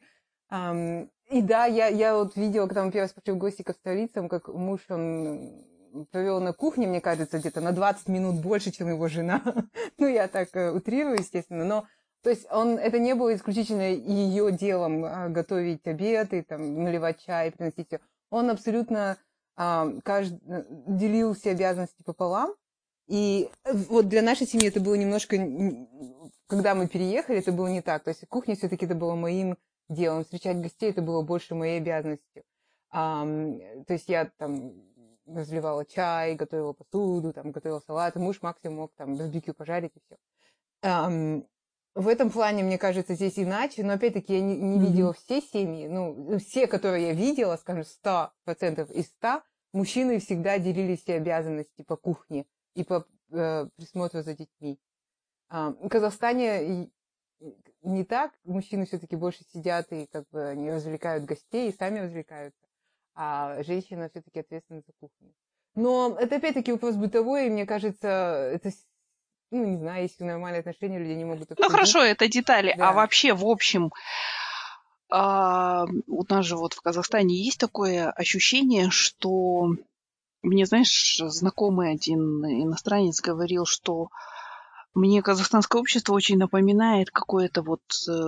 И да, я вот видела, когда мы первый раз пошли в гости к австралийцам, как муж, он провел на кухне, мне кажется, где-то на 20 минут больше, чем его жена. Ну, я так утрирую, естественно, но То есть это не было исключительно ее делом готовить обед и там наливать чай, приносить все. Он абсолютно делил все обязанности пополам. И вот для нашей семьи это было немножко, когда мы переехали, это было не так. То есть кухня все-таки это было моим делом. Встречать гостей это было больше моей обязанностью. То есть я там разливала чай, готовила посуду, там, готовила салат. Муж максимум мог там барбекю пожарить и все. В этом плане, мне кажется, здесь иначе, но опять-таки я не видела все семьи, ну, все, которые я видела, скажем, 100% из 100, мужчины всегда делили все обязанности по кухне и по присмотру за детьми. В Казахстане не так, мужчины все-таки больше сидят и как бы они развлекают гостей и сами развлекаются, а женщина все-таки ответственна за кухню. Но это опять-таки вопрос бытовой, и мне кажется, это, ну, не знаю, если нормальные отношения, люди не могут обсудить. Ну, хорошо, это детали. Да. А вообще, в общем, у нас же вот в Казахстане есть такое ощущение, что мне, знаешь, знакомый один иностранец говорил, что мне казахстанское общество очень напоминает какое-то вот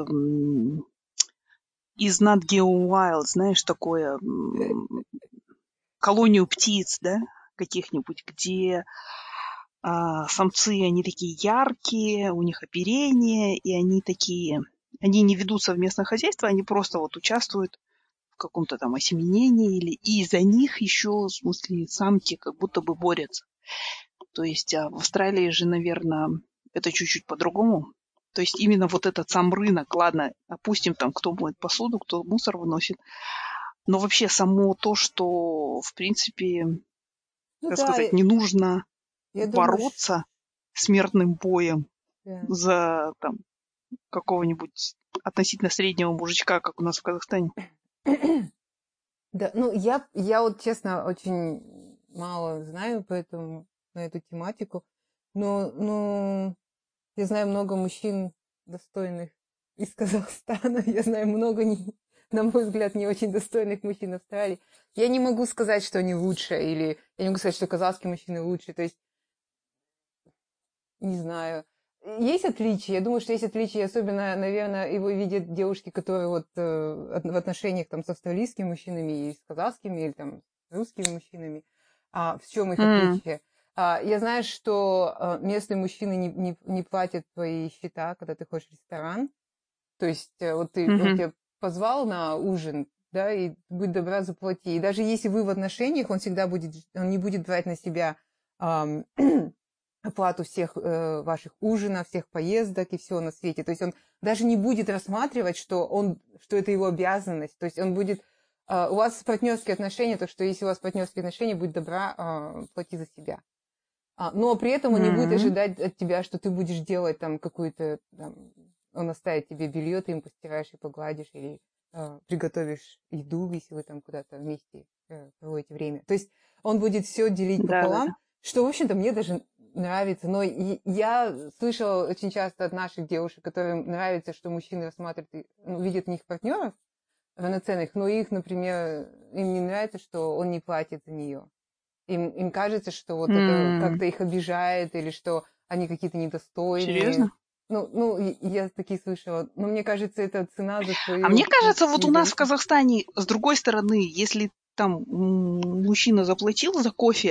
из Nat Geo Wild, знаешь, такое колонию птиц, да, каких-нибудь, где самцы, они такие яркие, у них оперение, и они такие, они не ведут совместное хозяйство, они просто вот участвуют в каком-то там осеменении, и за них еще, в смысле, самки как будто бы борются. То есть в Австралии же, наверное, это чуть-чуть по-другому. То есть именно вот этот сам рынок, ладно, опустим там, кто моет посуду, кто мусор выносит, но вообще само то, что, в принципе, Ну как да, сказать, не нужно я думаю, бороться смертным боем да. за там какого-нибудь относительно среднего мужичка, как у нас в Казахстане. Да, ну я вот честно очень мало знаю поэтому на эту тематику, но я знаю много мужчин достойных из Казахстана, я знаю много, на мой взгляд, не очень достойных мужчин Австралии. Я не могу сказать, что они лучше, или я не могу сказать, что казахские мужчины лучше, то есть не знаю. Есть отличия. Я думаю, что есть отличия. Особенно, наверное, его видят девушки, которые вот в отношениях там с австралийскими мужчинами и с казахскими, или там с русскими мужчинами. В чем их отличие? Я знаю, что местные мужчины не платят твои счета, когда ты ходишь в ресторан. То есть вот он тебя позвал на ужин, да, и будь добра, заплати. И даже если вы в отношениях, он не будет брать на себя оплату всех ваших ужинов, всех поездок и всего на свете. То есть он даже не будет рассматривать, что это его обязанность. То есть он будет... у вас партнерские отношения, то что если у вас партнерские отношения, будь добра, плати за себя. Но при этом он не будет ожидать от тебя, что ты будешь делать там какую-то... он оставит тебе белье, ты им постираешь и погладишь, или приготовишь еду, если вы там куда-то вместе проводите время. То есть он будет все делить пополам, что, в общем-то, мне даже нравится. Но я слышала очень часто от наших девушек, которым нравится, что мужчины рассматривают, видят в них партнеров равноценных, но например, им не нравится, что он не платит за нее. Им кажется, что вот это как-то их обижает, или что они какие-то недостойные. Серьезно? Я такие слышала. Но мне кажется, это цена за твою... А мне кажется, вот у нас в Казахстане, с другой стороны, если там мужчина заплатил за кофе,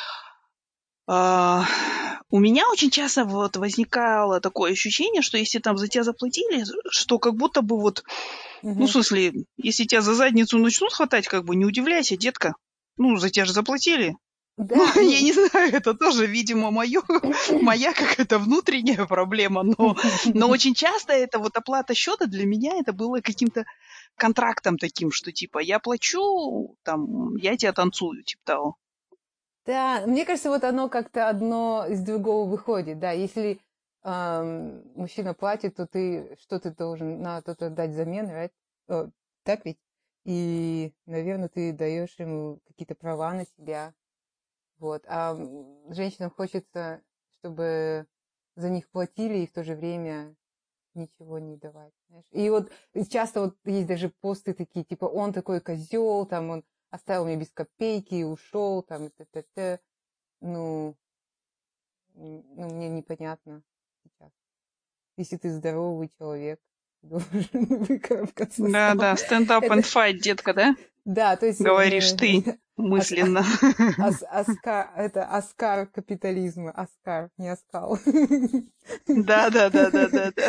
у меня очень часто вот возникало такое ощущение, что если там за тебя заплатили, что как будто бы вот, ну, в смысле, если тебя за задницу начнут хватать, как бы не удивляйся, детка. Ну, за тебя же заплатили. Да, ну, я не знаю, это тоже, видимо, моя какая-то внутренняя проблема, но очень часто это вот оплата счета для меня это было каким-то контрактом таким, что типа я плачу, там, я тебя танцую, типа того. Да, мне кажется, вот оно как-то одно из другого выходит, да, если мужчина платит, то что ты должен на что-то дать взамен, right? Так ведь? И, наверное, ты даешь ему какие-то права на себя, вот. А женщинам хочется, чтобы за них платили и в то же время ничего не давать, знаешь. И вот часто вот есть даже посты такие, типа, он такой козел, там, он оставил меня без копейки и ушел, там, и т. Ну, мне непонятно сейчас. Если ты здоровый человек, ты должен выкарабкаться сам. Да, stand up Это, and fight, детка, да? да, то есть Говоришь ты ас- мысленно. это Оскар капитализма. Оскар, не Оскал. Да.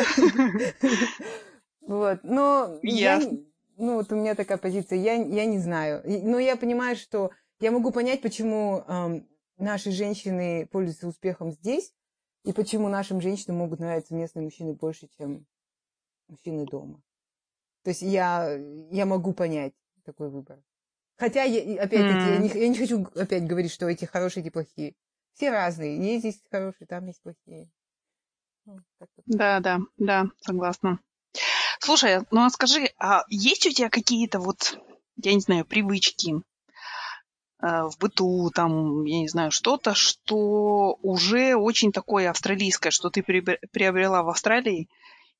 Вот, но Ясно. ну вот у меня такая позиция, я не знаю. Но я понимаю, что я могу понять, почему наши женщины пользуются успехом здесь, и почему нашим женщинам могут нравиться местные мужчины больше, чем мужчины дома. То есть я могу понять такой выбор. Хотя, опять-таки, М, я не хочу опять говорить, что эти хорошие, эти плохие. Все разные. Есть здесь хорошие, там есть плохие. Ну, как-то так. Да, согласна. Слушай, ну а скажи, а есть у тебя какие-то вот, я не знаю, привычки в быту, там, я не знаю, что-то, что уже очень такое австралийское, что ты приобрела в Австралии,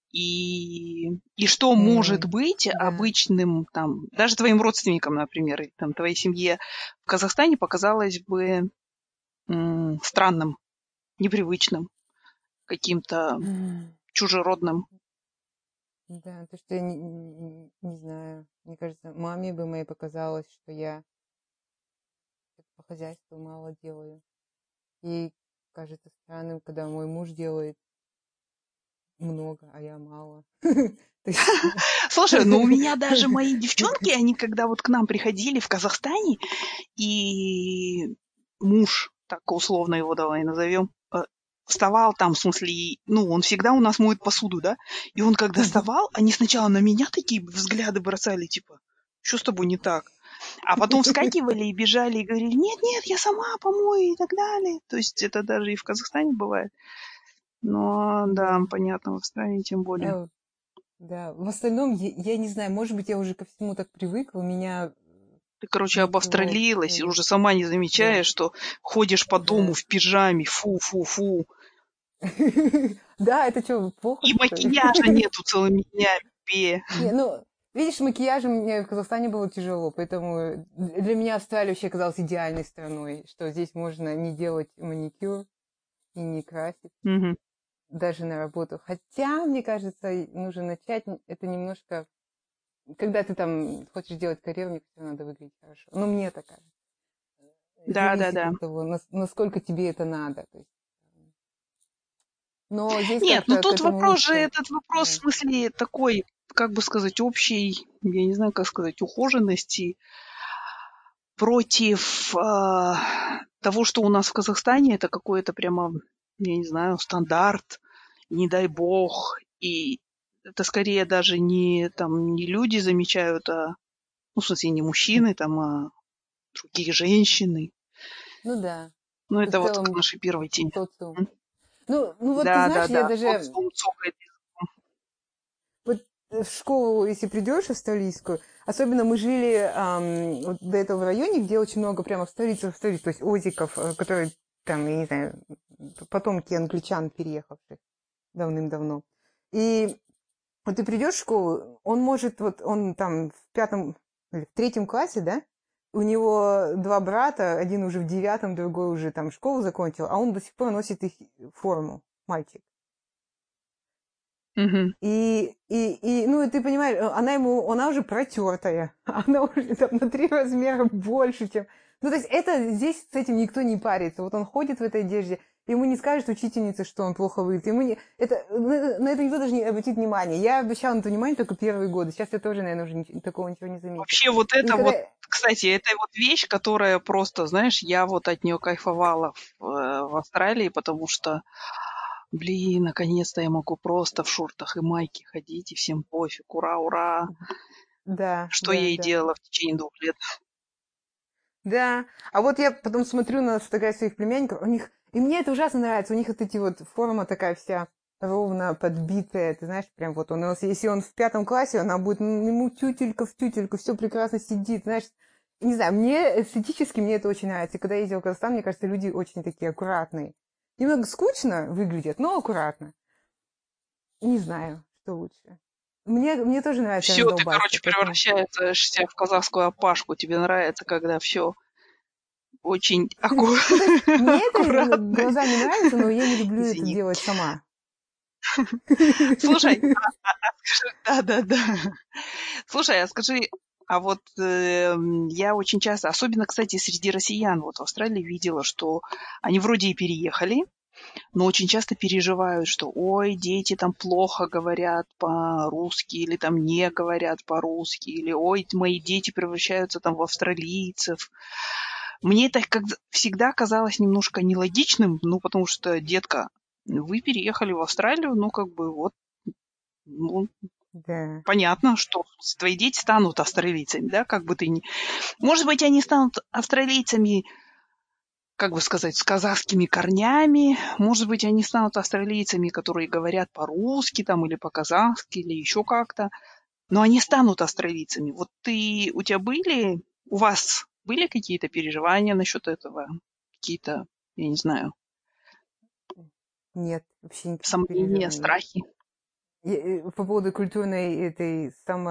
и что может быть Да. обычным, там, даже твоим родственникам, например, или там, твоей семье в Казахстане показалось бы странным, непривычным, каким-то чужеродным. Да, то, что я не знаю. Мне кажется, маме бы моей показалось, что я по хозяйству мало делаю. Ей кажется странным, когда мой муж делает много, а я мало. То есть... Слушай, ну у меня даже мои девчонки, они когда вот к нам приходили в Казахстане, и муж, так условно его давай назовем, вставал там, в смысле, ну, он всегда у нас моет посуду, да? И он когда вставал, они сначала на меня такие взгляды бросали, типа, что с тобой не так? А потом вскакивали и бежали и говорили, нет, я сама помою и так далее. То есть это даже и в Казахстане бывает. Но да, Да. понятно, в Австралии тем более. Да, в остальном, я не знаю, может быть, я уже ко всему так привыкла, у меня Ты, короче, ничего, обостралилась и уже сама не да, замечаешь, что ходишь по дому да. в пижаме, фу-фу-фу. Да, это что, плохо, И что ли? макияжа нету целыми днями. Бе. Не, ну, видишь, макияжем мне в Казахстане было тяжело, поэтому для меня Австралия вообще казалась идеальной страной, что здесь можно не делать маникюр и не красить, Мгм. даже на работу. Хотя, мне кажется, нужно начать это немножко, когда ты там хочешь делать карьеру, мне кажется, надо выглядеть хорошо. Ну, мне так кажется. Зависит Да. от того, насколько тебе это надо. То есть, но здесь Нет, ну как-то к тут этому вопрос же, лучше. этот вопрос, в Да. смысле, такой, как бы сказать, общей, я не знаю, как сказать, ухоженности против того, что у нас в Казахстане, это какой-то прямо, я не знаю, стандарт, не дай бог. И это скорее даже не, там, не люди замечают, ну, в смысле, не мужчины, там, а другие женщины. Ну да, Ну, это в это вот к целом нашей первой теме. социум. М? Ну вот ты знаешь, я Да, даже социум цокает. вот в школу, если придешь австралийскую, особенно мы жили вот до этого в районе, где очень много прямо австралийцев, то есть озиков, которые там, я не знаю, потомки англичан, переехавших давным-давно. И вот ты придешь в школу, он может, вот он там в пятом или в третьем классе, да, у него два брата, один уже в девятом, другой уже там школу закончил, а он до сих пор носит их форму, мальчик. Мгм. Ну, и ты понимаешь, она уже протертая, она уже там на 3 размера больше, чем... Ну, то есть это здесь с этим никто не парится. Вот он ходит в этой одежде, ему не скажет учительница, что он плохо выглядит. На это никто даже не обратит внимания. Я обращала на это внимание только первые годы. Сейчас я тоже, наверное, уже такого ничего не заметит. Вообще вот И это когда... вот, кстати, это вот вещь, которая просто, знаешь, я вот от нее кайфовала в Австралии, потому что, блин, наконец-то я могу просто в шортах и майке ходить, и всем пофиг, ура. Да, Что я да, и да. делала в течение 2 лет. Да, а вот я потом смотрю на фотографии своих племянников, у них, и мне это ужасно нравится, у них вот эти вот форма такая вся ровно подбитая, ты знаешь, прям вот он, если он в 5 классе, она будет, ему тютелька в тютельку, все прекрасно сидит, знаешь, не знаю, мне эстетически мне это очень нравится, и когда я ездила в Казахстан, мне кажется, люди очень такие аккуратные, немного скучно выглядят, но аккуратно, не знаю, что лучше. Мне тоже нравится Все, ты, раздолбайство, короче, поэтому... превращаешься в казахскую опашку. Тебе нравится, когда все очень Ну, то есть мне это аккуратно. глазами нравится, но я не люблю это Извини. делать сама. Слушай, да-да-да. Слушай, а скажи, а вот я очень часто, особенно, кстати, среди россиян, вот в Австралии видела, что они вроде и переехали, но очень часто переживают, что ой, дети там плохо говорят по-русски или там не говорят по-русски, или ой, мои дети превращаются там в австралийцев. Мне это как всегда казалось немножко нелогичным, ну, потому что, детка, вы переехали в Австралию, ну, как бы вот, ну, Да. понятно, что твои дети станут австралийцами, да, как бы ты ни... Может быть, они станут австралийцами, как бы сказать, с казахскими корнями. Может быть, они станут австралийцами, которые говорят по-русски там или по-казахски или еще как-то. Но они станут австралийцами. Вот у тебя у вас были какие-то переживания насчет этого? Какие-то, я не знаю, Нет, вообще никаких сомнения, переживаний. страхи? По поводу культурной этой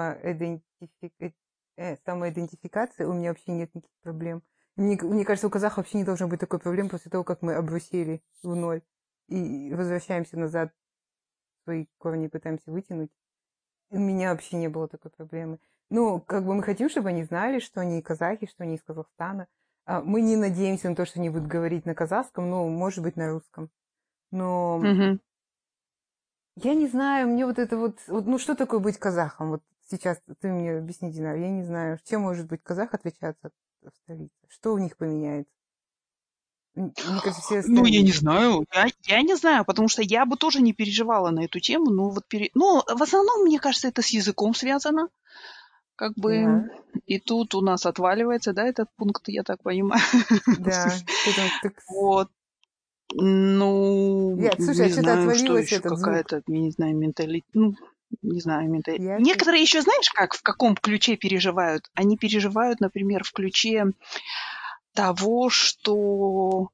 самоидентификации у меня вообще нет никаких проблем. Мне кажется, у казахов вообще не должно быть такой проблемы после того, как мы обрусели в ноль и возвращаемся назад, свои корни пытаемся вытянуть. У меня вообще не было такой проблемы. Ну, как бы мы хотим, чтобы они знали, что они казахи, что они из Казахстана. Мы не надеемся на то, что они будут говорить на казахском, но, может быть, на русском. Но Мгм. я не знаю, мне вот это ну что такое быть казахом? Вот сейчас ты мне объясни, Динар, я не знаю, чем может быть казах отличаться от австралийца? Что у них поменяется? Мне кажется, все Ну, я не остальные. знаю. Я не знаю, потому что я бы тоже не переживала на эту тему. Но вот ну, в основном, мне кажется, это с языком связано. Как бы Да, и тут у нас отваливается, да, этот пункт, я так понимаю. да. Что там, Вот. Ну, Слушай, а не что-то знаю, что отвалилось еще этот звук. какая-то, я не знаю, менталитет. Ну, не знаю, менталитет. Яркость. Некоторые еще, знаешь, в каком ключе переживают? Они переживают, например, в ключе того, что,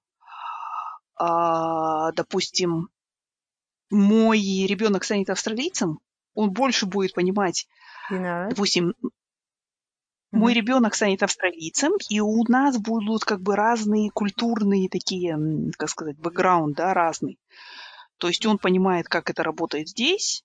допустим, мой ребенок станет австралийцем, он больше будет понимать, Динара? допустим, мой Мгм. ребенок станет австралийцем, и у нас будут как бы разные культурные такие, как сказать, бэкграунд, да, разный. То есть он понимает, как это работает здесь,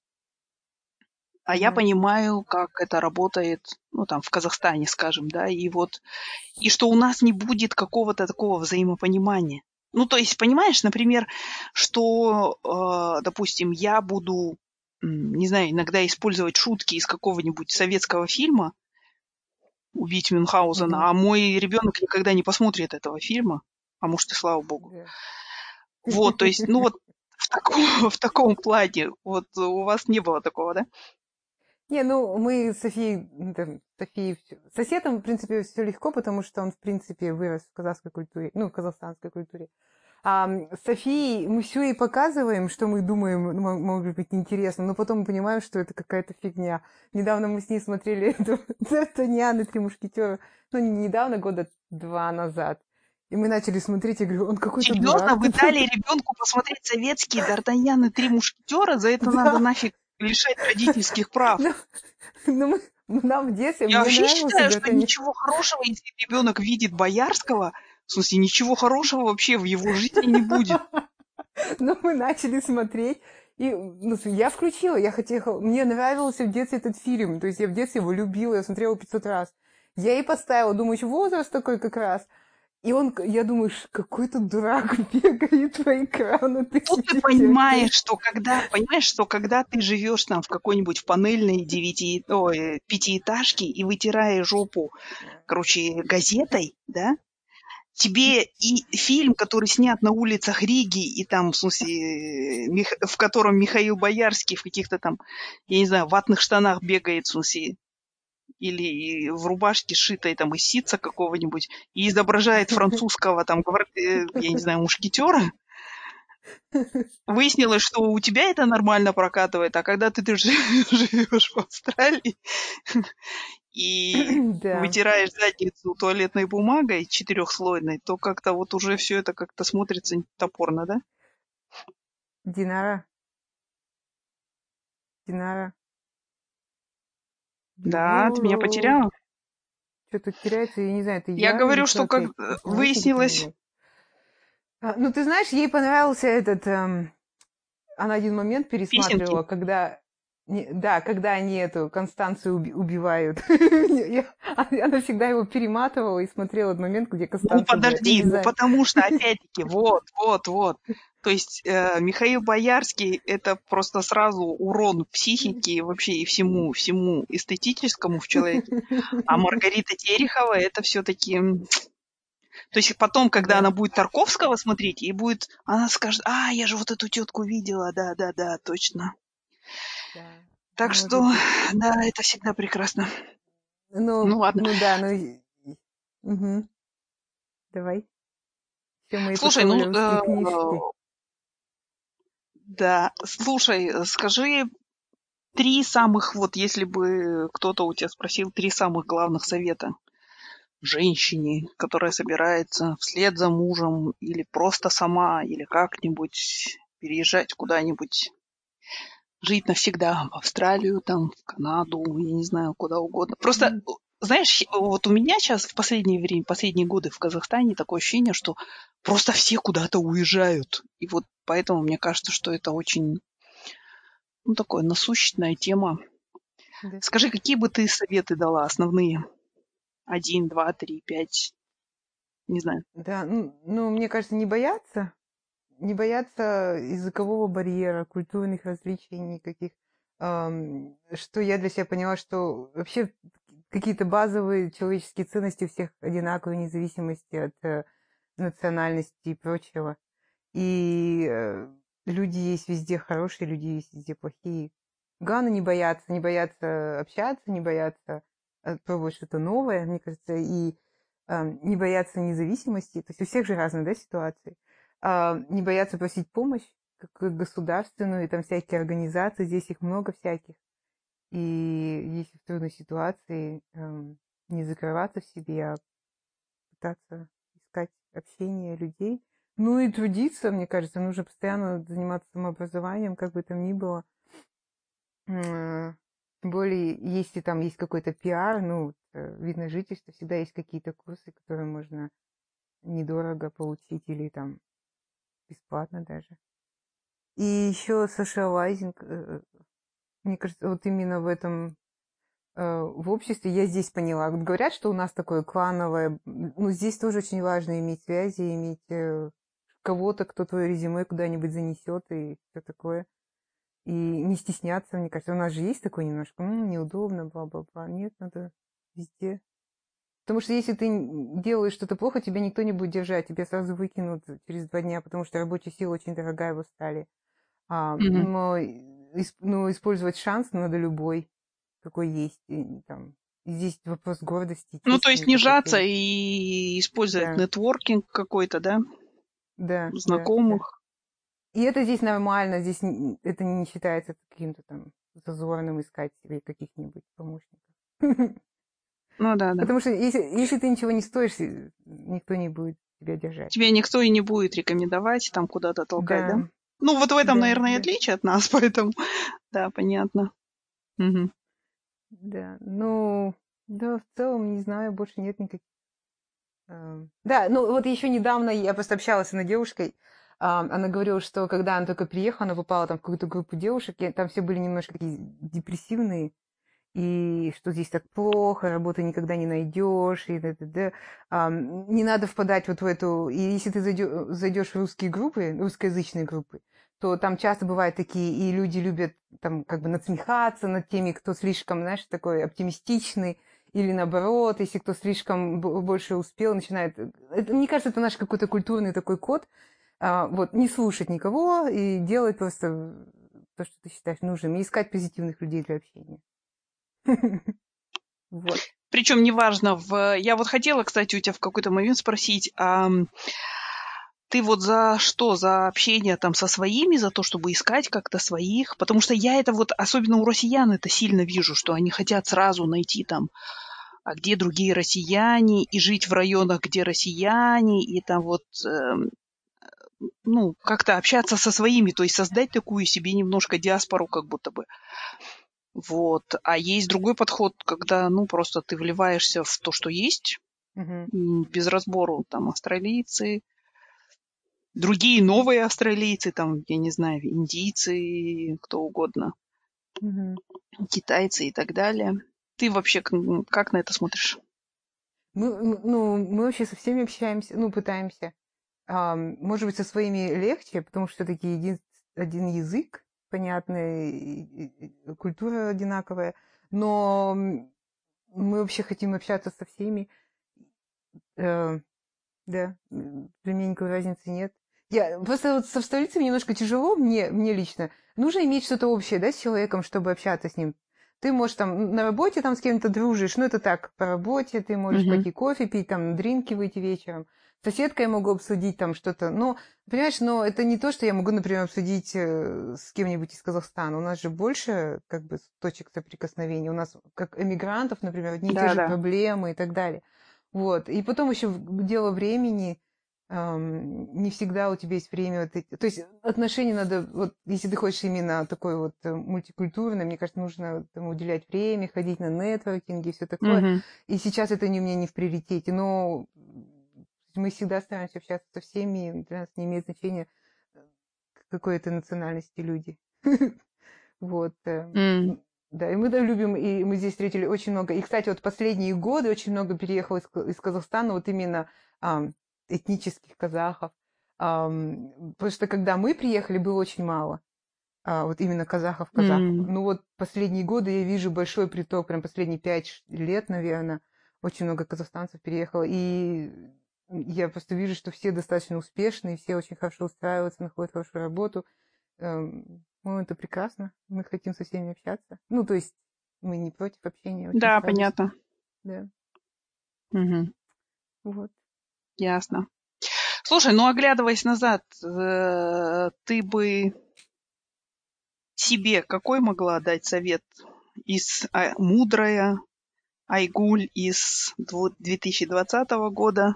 а я Мгм. понимаю, как это работает, ну, там, в Казахстане, скажем, да, и вот, и что у нас не будет какого-то такого взаимопонимания. Ну, то есть, понимаешь, например, что, допустим, я буду, не знаю, иногда использовать шутки из какого-нибудь советского фильма «Убить Мгм. Мюнхгаузена», а мой ребенок никогда не посмотрит этого фильма, а может и слава богу. Да. Вот, то есть, ну вот в таком, в таком плане, вот у вас не было такого, да? Не, ну мы с Софией, соседом, в принципе, все легко, потому что он, в принципе, вырос в казахской культуре, ну, в казахстанской культуре. С Софией мы все ей показываем, что мы думаем, ну, может быть интересно, но потом мы понимаем, что это какая-то фигня. Недавно мы с ней смотрели эту Д'Артаньян и Три мушкетера, ну, не недавно, года 2 назад. И мы начали смотреть, я говорю, он какой-то Серьезно, дурак. вы дали ребенку посмотреть советские Д'Артаньян и Три мушкетера? За это надо Да, нафиг лишать родительских прав. ну, ну, нам в детстве, Я мне вообще нравился считаю, что Д'Артаньян. ничего хорошего, если ребенок видит Боярского, в смысле, ничего хорошего вообще в его жизни не будет. Но мы начали смотреть, и ну, я включила, я хотела, мне нравился в детстве этот фильм, то есть я в детстве его любила, я смотрела 500 раз. Я ей поставила, думаю, еще возраст такой как раз. И он, я думаю, какой-то дурак бегает по экрану, ты Тут ты сидишь терпеть. понимаешь, что когда ты живешь там в какой-нибудь в панельной пятиэтажке и вытираешь жопу, короче, газетой, да, тебе и фильм, который снят на улицах Риги, и там, в смысле, в котором Михаил Боярский в каких-то там, я не знаю, ватных штанах бегает, в смысле, или в рубашке, сшитой там из ситца какого-нибудь, и изображает французского там, я не знаю, мушкетера, выяснилось, что у тебя это нормально прокатывает, а когда ты живешь в Австралии и Да, вытираешь задницу туалетной бумагой четырехслойной, то как-то вот уже все это как-то смотрится топорно, да? Динара, Динара, Да, ты меня Динара. потеряла. Что-то теряется, я не знаю, это Я я или говорю, что что, как ты наушники выяснилось... поменял? Ну, ты знаешь, ей понравился этот она один момент Песенки. пересматривала, когда... Да, когда они эту Констанцию убивают. Она всегда его перематывала и смотрела этот момент, где Ну, Констанцию убивают. Я подожди, не ну знаю. потому что, опять-таки, вот. То есть Михаил Боярский — это просто сразу урон психике и вообще и всему эстетическому в человеке. А Маргарита Терехова — это все-таки... То есть потом, когда она Да, будет Тарковского смотреть, она скажет: я же вот эту тетку видела, да, точно. да, Так что, может быть. да, это всегда прекрасно. Ну Ну, ладно. ну да, ну... Мгм. Давай. Все мои Слушай, пословно-русские книжки. да, слушай, скажи 3 самых, вот если бы кто-то у тебя спросил 3 самых главных совета женщине, которая собирается вслед за мужем или просто сама, или как-нибудь переезжать куда-нибудь, жить навсегда в Австралию, там, в Канаду, я не знаю, куда угодно. Просто, М, знаешь, вот у меня сейчас в последнее время, последние годы в Казахстане такое ощущение, что просто все куда-то уезжают. И вот поэтому мне кажется, что это очень, ну, такое насущная тема. да. Скажи, какие бы ты советы дала основные? 1, 2, 3, 5, не знаю. Да, ну, мне кажется, не бояться языкового барьера, культурных различий никаких. Что я для себя поняла, что вообще какие-то базовые человеческие ценности у всех одинаковые, вне зависимости от национальности и прочего. И люди есть везде хорошие, люди есть везде плохие. Главное не бояться общаться, не бояться пробовать что-то новое, мне кажется, и не бояться независимости. То есть у всех же разные, да, ситуации. Не бояться просить помощь, как государственную, и там всякие организации, здесь их много всяких. И если в трудной ситуации не закрываться в себе, а пытаться искать общение людей. Ну и трудиться, мне кажется, нужно постоянно заниматься самообразованием, как бы там ни было. Тем более, если там есть какой-то пиар, ну, вид на жительство, всегда есть какие-то курсы, которые можно недорого получить или там бесплатно даже. И еще социалайзинг, мне кажется, вот именно в обществе я здесь поняла. Вот говорят, что у нас такое клановое, ну, здесь тоже очень важно иметь связи, иметь кого-то, кто твое резюме куда-нибудь занесет и все такое. И не стесняться, мне кажется. У нас же есть такое немножко, неудобно, бла-бла-бла. Нет, надо везде. Потому что если ты делаешь что-то плохо, тебя никто не будет держать. Тебя сразу выкинут через 2 дня, потому что рабочая сила очень дорогая в Австралии. Мгм. Но ну, использовать шанс надо любой, какой есть. И, там, и здесь вопрос гордости, Ну, то чести, есть не никакой жаться серии. и использовать Да, нетворкинг какой-то, да, да, да, да. знакомых. И это здесь нормально, здесь это не считается каким-то там зазорным искать себе каких-нибудь помощников. Ну да. Потому что если ты ничего не стоишь, никто не будет тебя держать. Тебя никто и не будет рекомендовать там куда-то толкать, да? Да, Ну, вот в этом, да, наверное, и да, отличие от нас, поэтому, да, понятно. Мгм. да. Ну, да, в целом, не знаю, больше нет никаких. Да, ну вот еще недавно я просто общалась с одной девушкой. Она говорила, что когда она только приехала, она попала там в какую-то группу девушек, и там все были немножко такие депрессивные, и что здесь так плохо, работы никогда не найдешь, и т.д. Не надо впадать вот в эту... И если ты зайдешь в русские группы, русскоязычные группы, то там часто бывают такие, и люди любят там как бы надсмехаться над теми, кто слишком, знаешь, такой оптимистичный, или наоборот, если кто слишком больше успел, начинает... Мне кажется, это наш какой-то культурный такой код. Вот, не слушать никого и делать просто то, что ты считаешь нужным, и искать позитивных людей для общения. Вот. Причем неважно, я вот хотела, кстати, у тебя в какой-то момент спросить, ты вот за что? За общение там со своими, за то, чтобы искать как-то своих? Потому что я это вот, особенно у россиян, это сильно вижу, что они хотят сразу найти там, а где другие россияне, и жить в районах, где россияне, и там вот, ну, как-то общаться со своими, то есть создать такую себе немножко диаспору как будто бы. Вот. А есть другой подход, когда, ну, просто ты вливаешься в то, что есть, Мгм. без разбору, там, австралийцы, другие новые австралийцы, там, я не знаю, индийцы, кто угодно, китайцы и так далее. Ты вообще как на это смотришь? Мы вообще со всеми общаемся, пытаемся. Может быть, со своими легче, потому что все-таки один язык, понятный, и культура одинаковая, но мы вообще хотим общаться со всеми. Да, для меня никакой разницы нет. Просто вот со австралийцами немножко тяжело, мне лично. Нужно иметь что-то общее, да, с человеком, чтобы общаться с ним. Ты можешь там на работе там с кем-то дружишь, это так, по работе, ты можешь пойти кофе пить, там, дринки выйти вечером. С соседкой я могу обсудить там что-то. Но, понимаешь, это не то, что я могу, например, обсудить с кем-нибудь из Казахстана. У нас же больше, как бы, точек соприкосновения. У нас, как эмигрантов, например, одни и те же проблемы и так далее. Вот. И потом еще дело времени. Не всегда у тебя есть время. То есть отношения надо, вот если ты хочешь именно такой вот мультикультурный, мне кажется, нужно этому уделять время, ходить на нетворкинги и все такое. И сейчас это у меня не в приоритете, но мы всегда стараемся общаться со всеми, и для нас не имеет значения, какой это национальности люди. Вот. Да, и мы любим, и мы здесь встретили очень много. И, кстати, вот последние годы очень много переехало из Казахстана, вот именно этнических казахов. Потому что когда мы приехали, было очень мало. Вот именно казахов. Ну вот последние годы я вижу большой приток, прям последние 5 лет, наверное, очень много казахстанцев переехало. И я просто вижу, что все достаточно успешные, все очень хорошо устраиваются, находят хорошую работу. Это прекрасно. Мы хотим со всеми общаться. То есть мы не против общения. Да, понятно. Да. Вот. Ясно. Слушай, оглядываясь назад, ты бы себе какой могла дать совет мудрая Айгуль из 2020 года?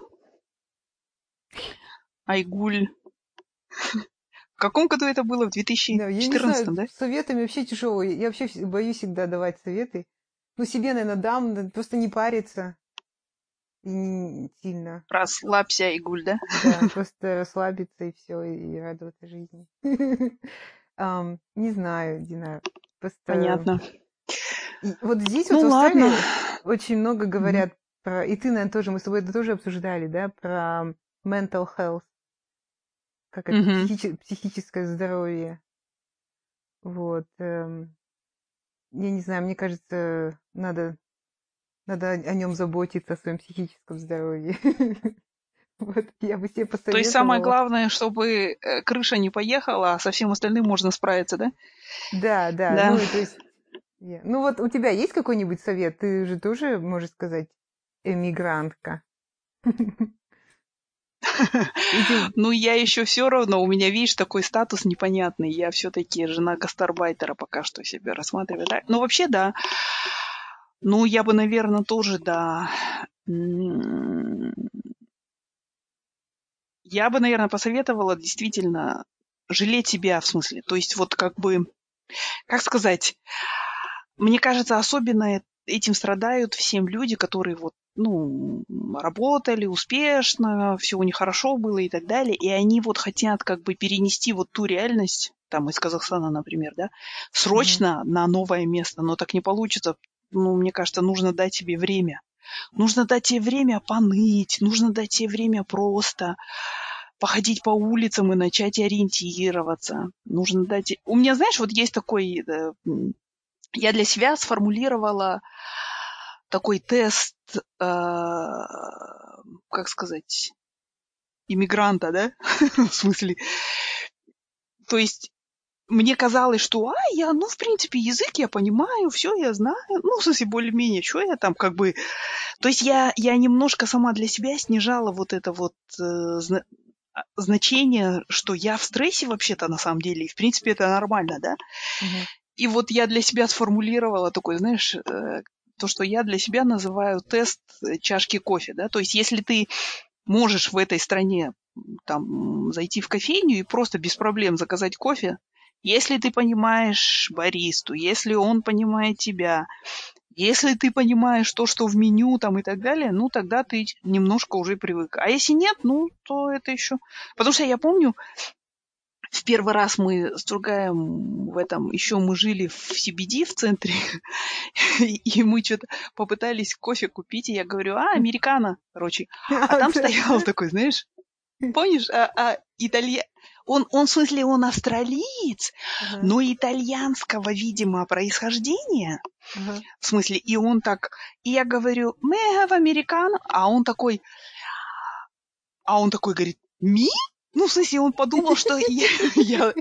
Айгуль... В каком году это было? В 2014, да? С советами вообще тяжело. Я вообще боюсь всегда давать советы. Себе, наверное, дам, просто не париться. И не сильно. Расслабься, Айгуль, да? Да, просто расслабиться и все, и радоваться жизни. Не знаю, Дина. Просто... Понятно. И вот здесь вот в Австралии очень много говорят про... И ты, наверное, тоже, мы с тобой это тоже обсуждали, да, про mental health. Как это? Психическое здоровье. Вот. Я не знаю, мне кажется, надо о нем заботиться, о своем психическом здоровье. Вот, я бы себе посоветовала. То есть самое главное, чтобы крыша не поехала, а со всем остальным можно справиться, да? Да. То есть... вот у тебя есть какой-нибудь совет? Ты же тоже, можешь сказать, эмигрантка. Я еще все равно, у меня, видишь, такой статус непонятный. Я все-таки жена гастарбайтера пока что себе рассматриваю. Да? Вообще, да. Я бы, наверное, тоже, да. Я бы, наверное, посоветовала действительно жалеть себя, в смысле. То есть вот как бы, как сказать, мне кажется, особенно этим страдают всем люди, которые работали успешно, все у них хорошо было и так далее, и они хотят как бы перенести ту реальность, там, из Казахстана, например, да, срочно на новое место, но так не получится. Мне кажется, нужно дать себе время. Нужно дать себе время поныть, нужно дать себе время просто походить по улицам и начать ориентироваться. Нужно дать... У меня, знаешь, есть такой... Я для себя сформулировала такой тест, как сказать, иммигранта, да? В смысле. То есть мне казалось, что я, в принципе, язык я понимаю, все я знаю. В смысле, более-менее, что я там как бы... То есть я немножко сама для себя снижала это значение, что я в стрессе вообще-то на самом деле, и в принципе это нормально, да? И я для себя сформулировала такой, знаешь, то, что я для себя называю тест чашки кофе, да, то есть если ты можешь в этой стране там зайти в кофейню и просто без проблем заказать кофе, если ты понимаешь баристу, если он понимает тебя, Если ты понимаешь то, что в меню там и так далее, ну, тогда ты немножко уже привык. А если нет, ну, то это еще... Потому что я помню, в первый раз мы с Тургаем в этом, еще мы жили в CBD в центре, и мы что-то попытались кофе купить, и я говорю, американо, короче. А там стоял такой, знаешь, помнишь, Он, в смысле, он австралиец, но итальянского, видимо, происхождения. В смысле, и он так... И я говорю, may I have americano? А он такой говорит, me? Ну, в смысле, он подумал, что я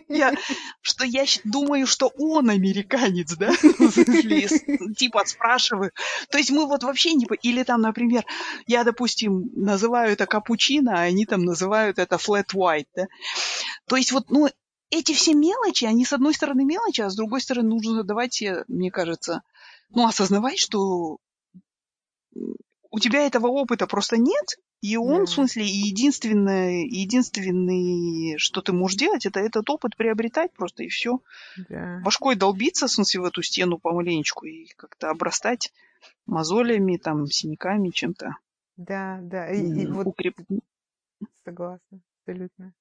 думаю, что он американец, да? В смысле, типа спрашиваю. То есть мы вот вообще не... Или там, например, я, допустим, называю это капучино, а они там называют это flat white, да? То есть вот, ну, эти все мелочи, они с одной стороны мелочи, а с другой стороны нужно давать себе, мне кажется, ну, осознавать, что у тебя этого опыта просто нет, и он, в смысле, единственный, что ты можешь делать, это этот опыт приобретать просто, и все. Башкой долбиться, в смысле, в эту стену помаленечку и как-то обрастать мозолями, там, синяками, чем-то. Да. И вот согласна, абсолютно.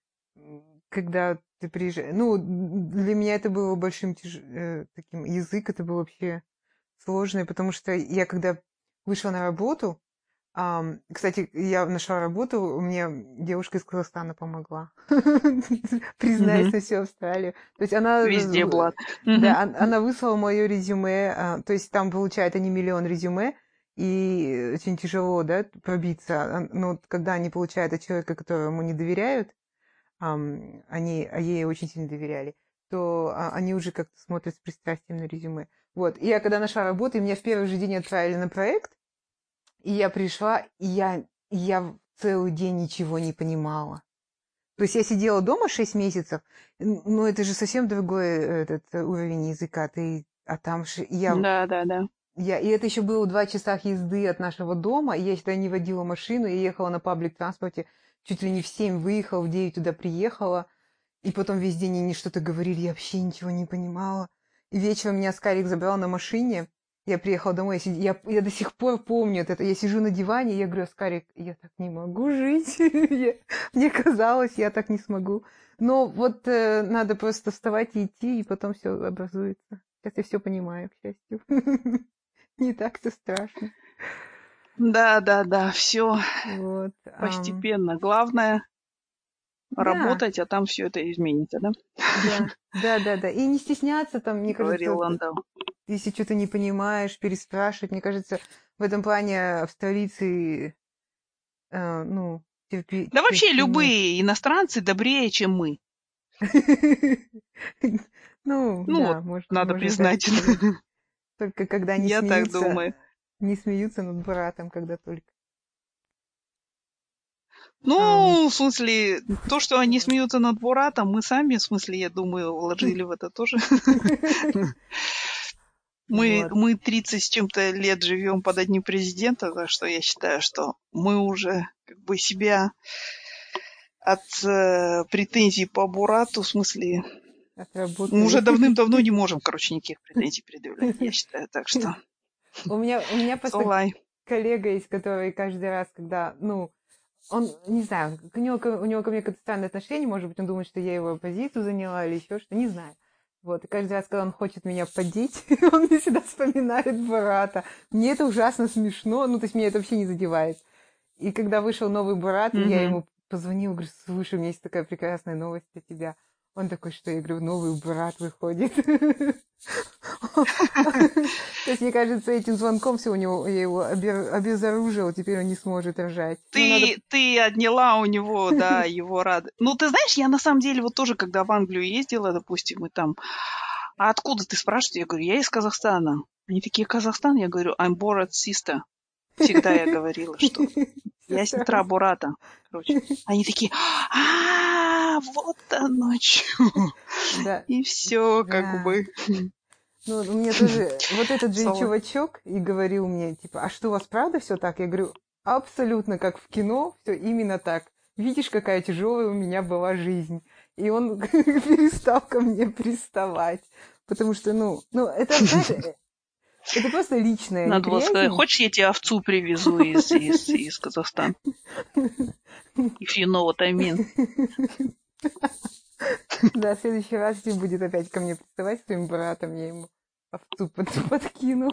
Когда ты приезжаешь... Ну, для меня это было большим таким... Язык это был вообще сложный, потому что я когда вышла на работу... Кстати, я нашла работу, мне девушка из Казахстана помогла. Признаюсь на всю Австралию. То есть она... Везде, Влад. Да, она выслала мое резюме. То есть там, получается, они 1 миллион резюме, и очень тяжело, да, пробиться. Но когда они получают от человека, которому не доверяют, а ей очень сильно доверяли, то они уже как-то смотрят с пристрастием на резюме. Вот. И я когда нашла работу, и меня в первый же день отправили на проект, и я пришла, и я целый день ничего не понимала. То есть я сидела дома 6 месяцев, но это же совсем другой этот уровень языка. А там же я... Да. И это еще было 2 часа езды от нашего дома, и я тогда не водила машину, я ехала на паблик-транспорте, чуть ли не в 7 выехала, в 9 туда приехала, и потом весь день они что-то говорили, я вообще ничего не понимала. И вечером меня Скарик забрал на машине, я приехала домой, я до сих пор помню это. Я сижу на диване, и я говорю, Скарик, я так не могу жить. Мне казалось, я так не смогу. Но вот надо просто вставать и идти, и потом все образуется. Сейчас я все понимаю, к счастью. Не так-то страшно. Да, все Вот. постепенно. Главное работать, а там все это изменится, да? Да. И не стесняться там, мне кажется, Ландау. если что-то не понимаешь, переспрашивать. Мне кажется, в этом плане австралийцы, терпимы. Да вообще любые иностранцы добрее, чем мы. Ну, да, может, надо можно признать. так сказать. Только когда они Я так думаю. не смеются над братом, когда только. Ну, в смысле, то, что они смеются над Буратом, мы сами, в смысле, я думаю, вложили в это тоже. Мы 30 с чем-то лет живем под одним президентом, так что я считаю, что мы уже как бы себя от претензий по Бурату, в смысле, мы уже давным-давно не можем, короче, никаких претензий предъявлять, я считаю, так что... У меня просто коллега есть, который каждый раз, когда, он, не знаю, у него ко мне какое-то странное отношение, может быть, он думает, что я его позицию заняла или еще что, не знаю. Вот, и каждый раз, когда он хочет меня поддеть, он мне всегда вспоминает Бурата. Мне это ужасно смешно, то есть меня это вообще не задевает. И когда вышел новый Бурат, я ему позвонила, говорю, слушай, у меня есть такая прекрасная новость для тебя. Он такой, что? Я говорю, новый Бурат выходит. То есть, мне кажется, этим звонком все у него, я его обезоружила, теперь он не сможет рожать. Ты отняла у него, да, его радость. Ну, ты знаешь, я на самом деле вот тоже, когда в Англию ездила, допустим, и там, а откуда ты спрашиваешь? Я говорю, я из Казахстана. Они такие, Казахстан? Я говорю, I'm Borat's sister. Всегда я говорила, что я сестра Бурата. Короче, они такие, вот оно что. И все, как бы. Ну, у меня тоже вот этот же чувачок и говорил мне, типа, а что, у вас правда все так? Я говорю, абсолютно как в кино, все именно так. Видишь, какая тяжелая у меня была жизнь. И он перестал ко мне приставать. Потому что, это, знаешь, Это просто личная Надо было сказать, неприязнь. хочешь, я тебе овцу привезу из Казахстана? If you know what I mean. Да, в следующий раз Стив будет опять ко мне приставать с твоим братом, я ему овцу подкину.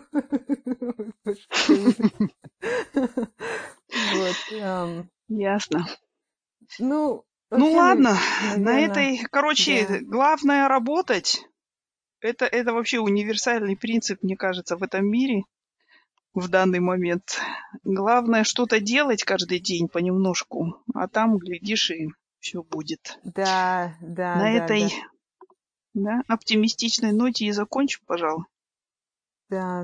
Вот. Ясно. Ну, Ну вообще, ладно, на наверное, этой, короче, да. главное работать. Это вообще универсальный принцип, мне кажется, в этом мире в данный момент. Главное что-то делать каждый день понемножку, а там, глядишь, и все будет. Да. На этой оптимистичной ноте и закончим, пожалуй. Да.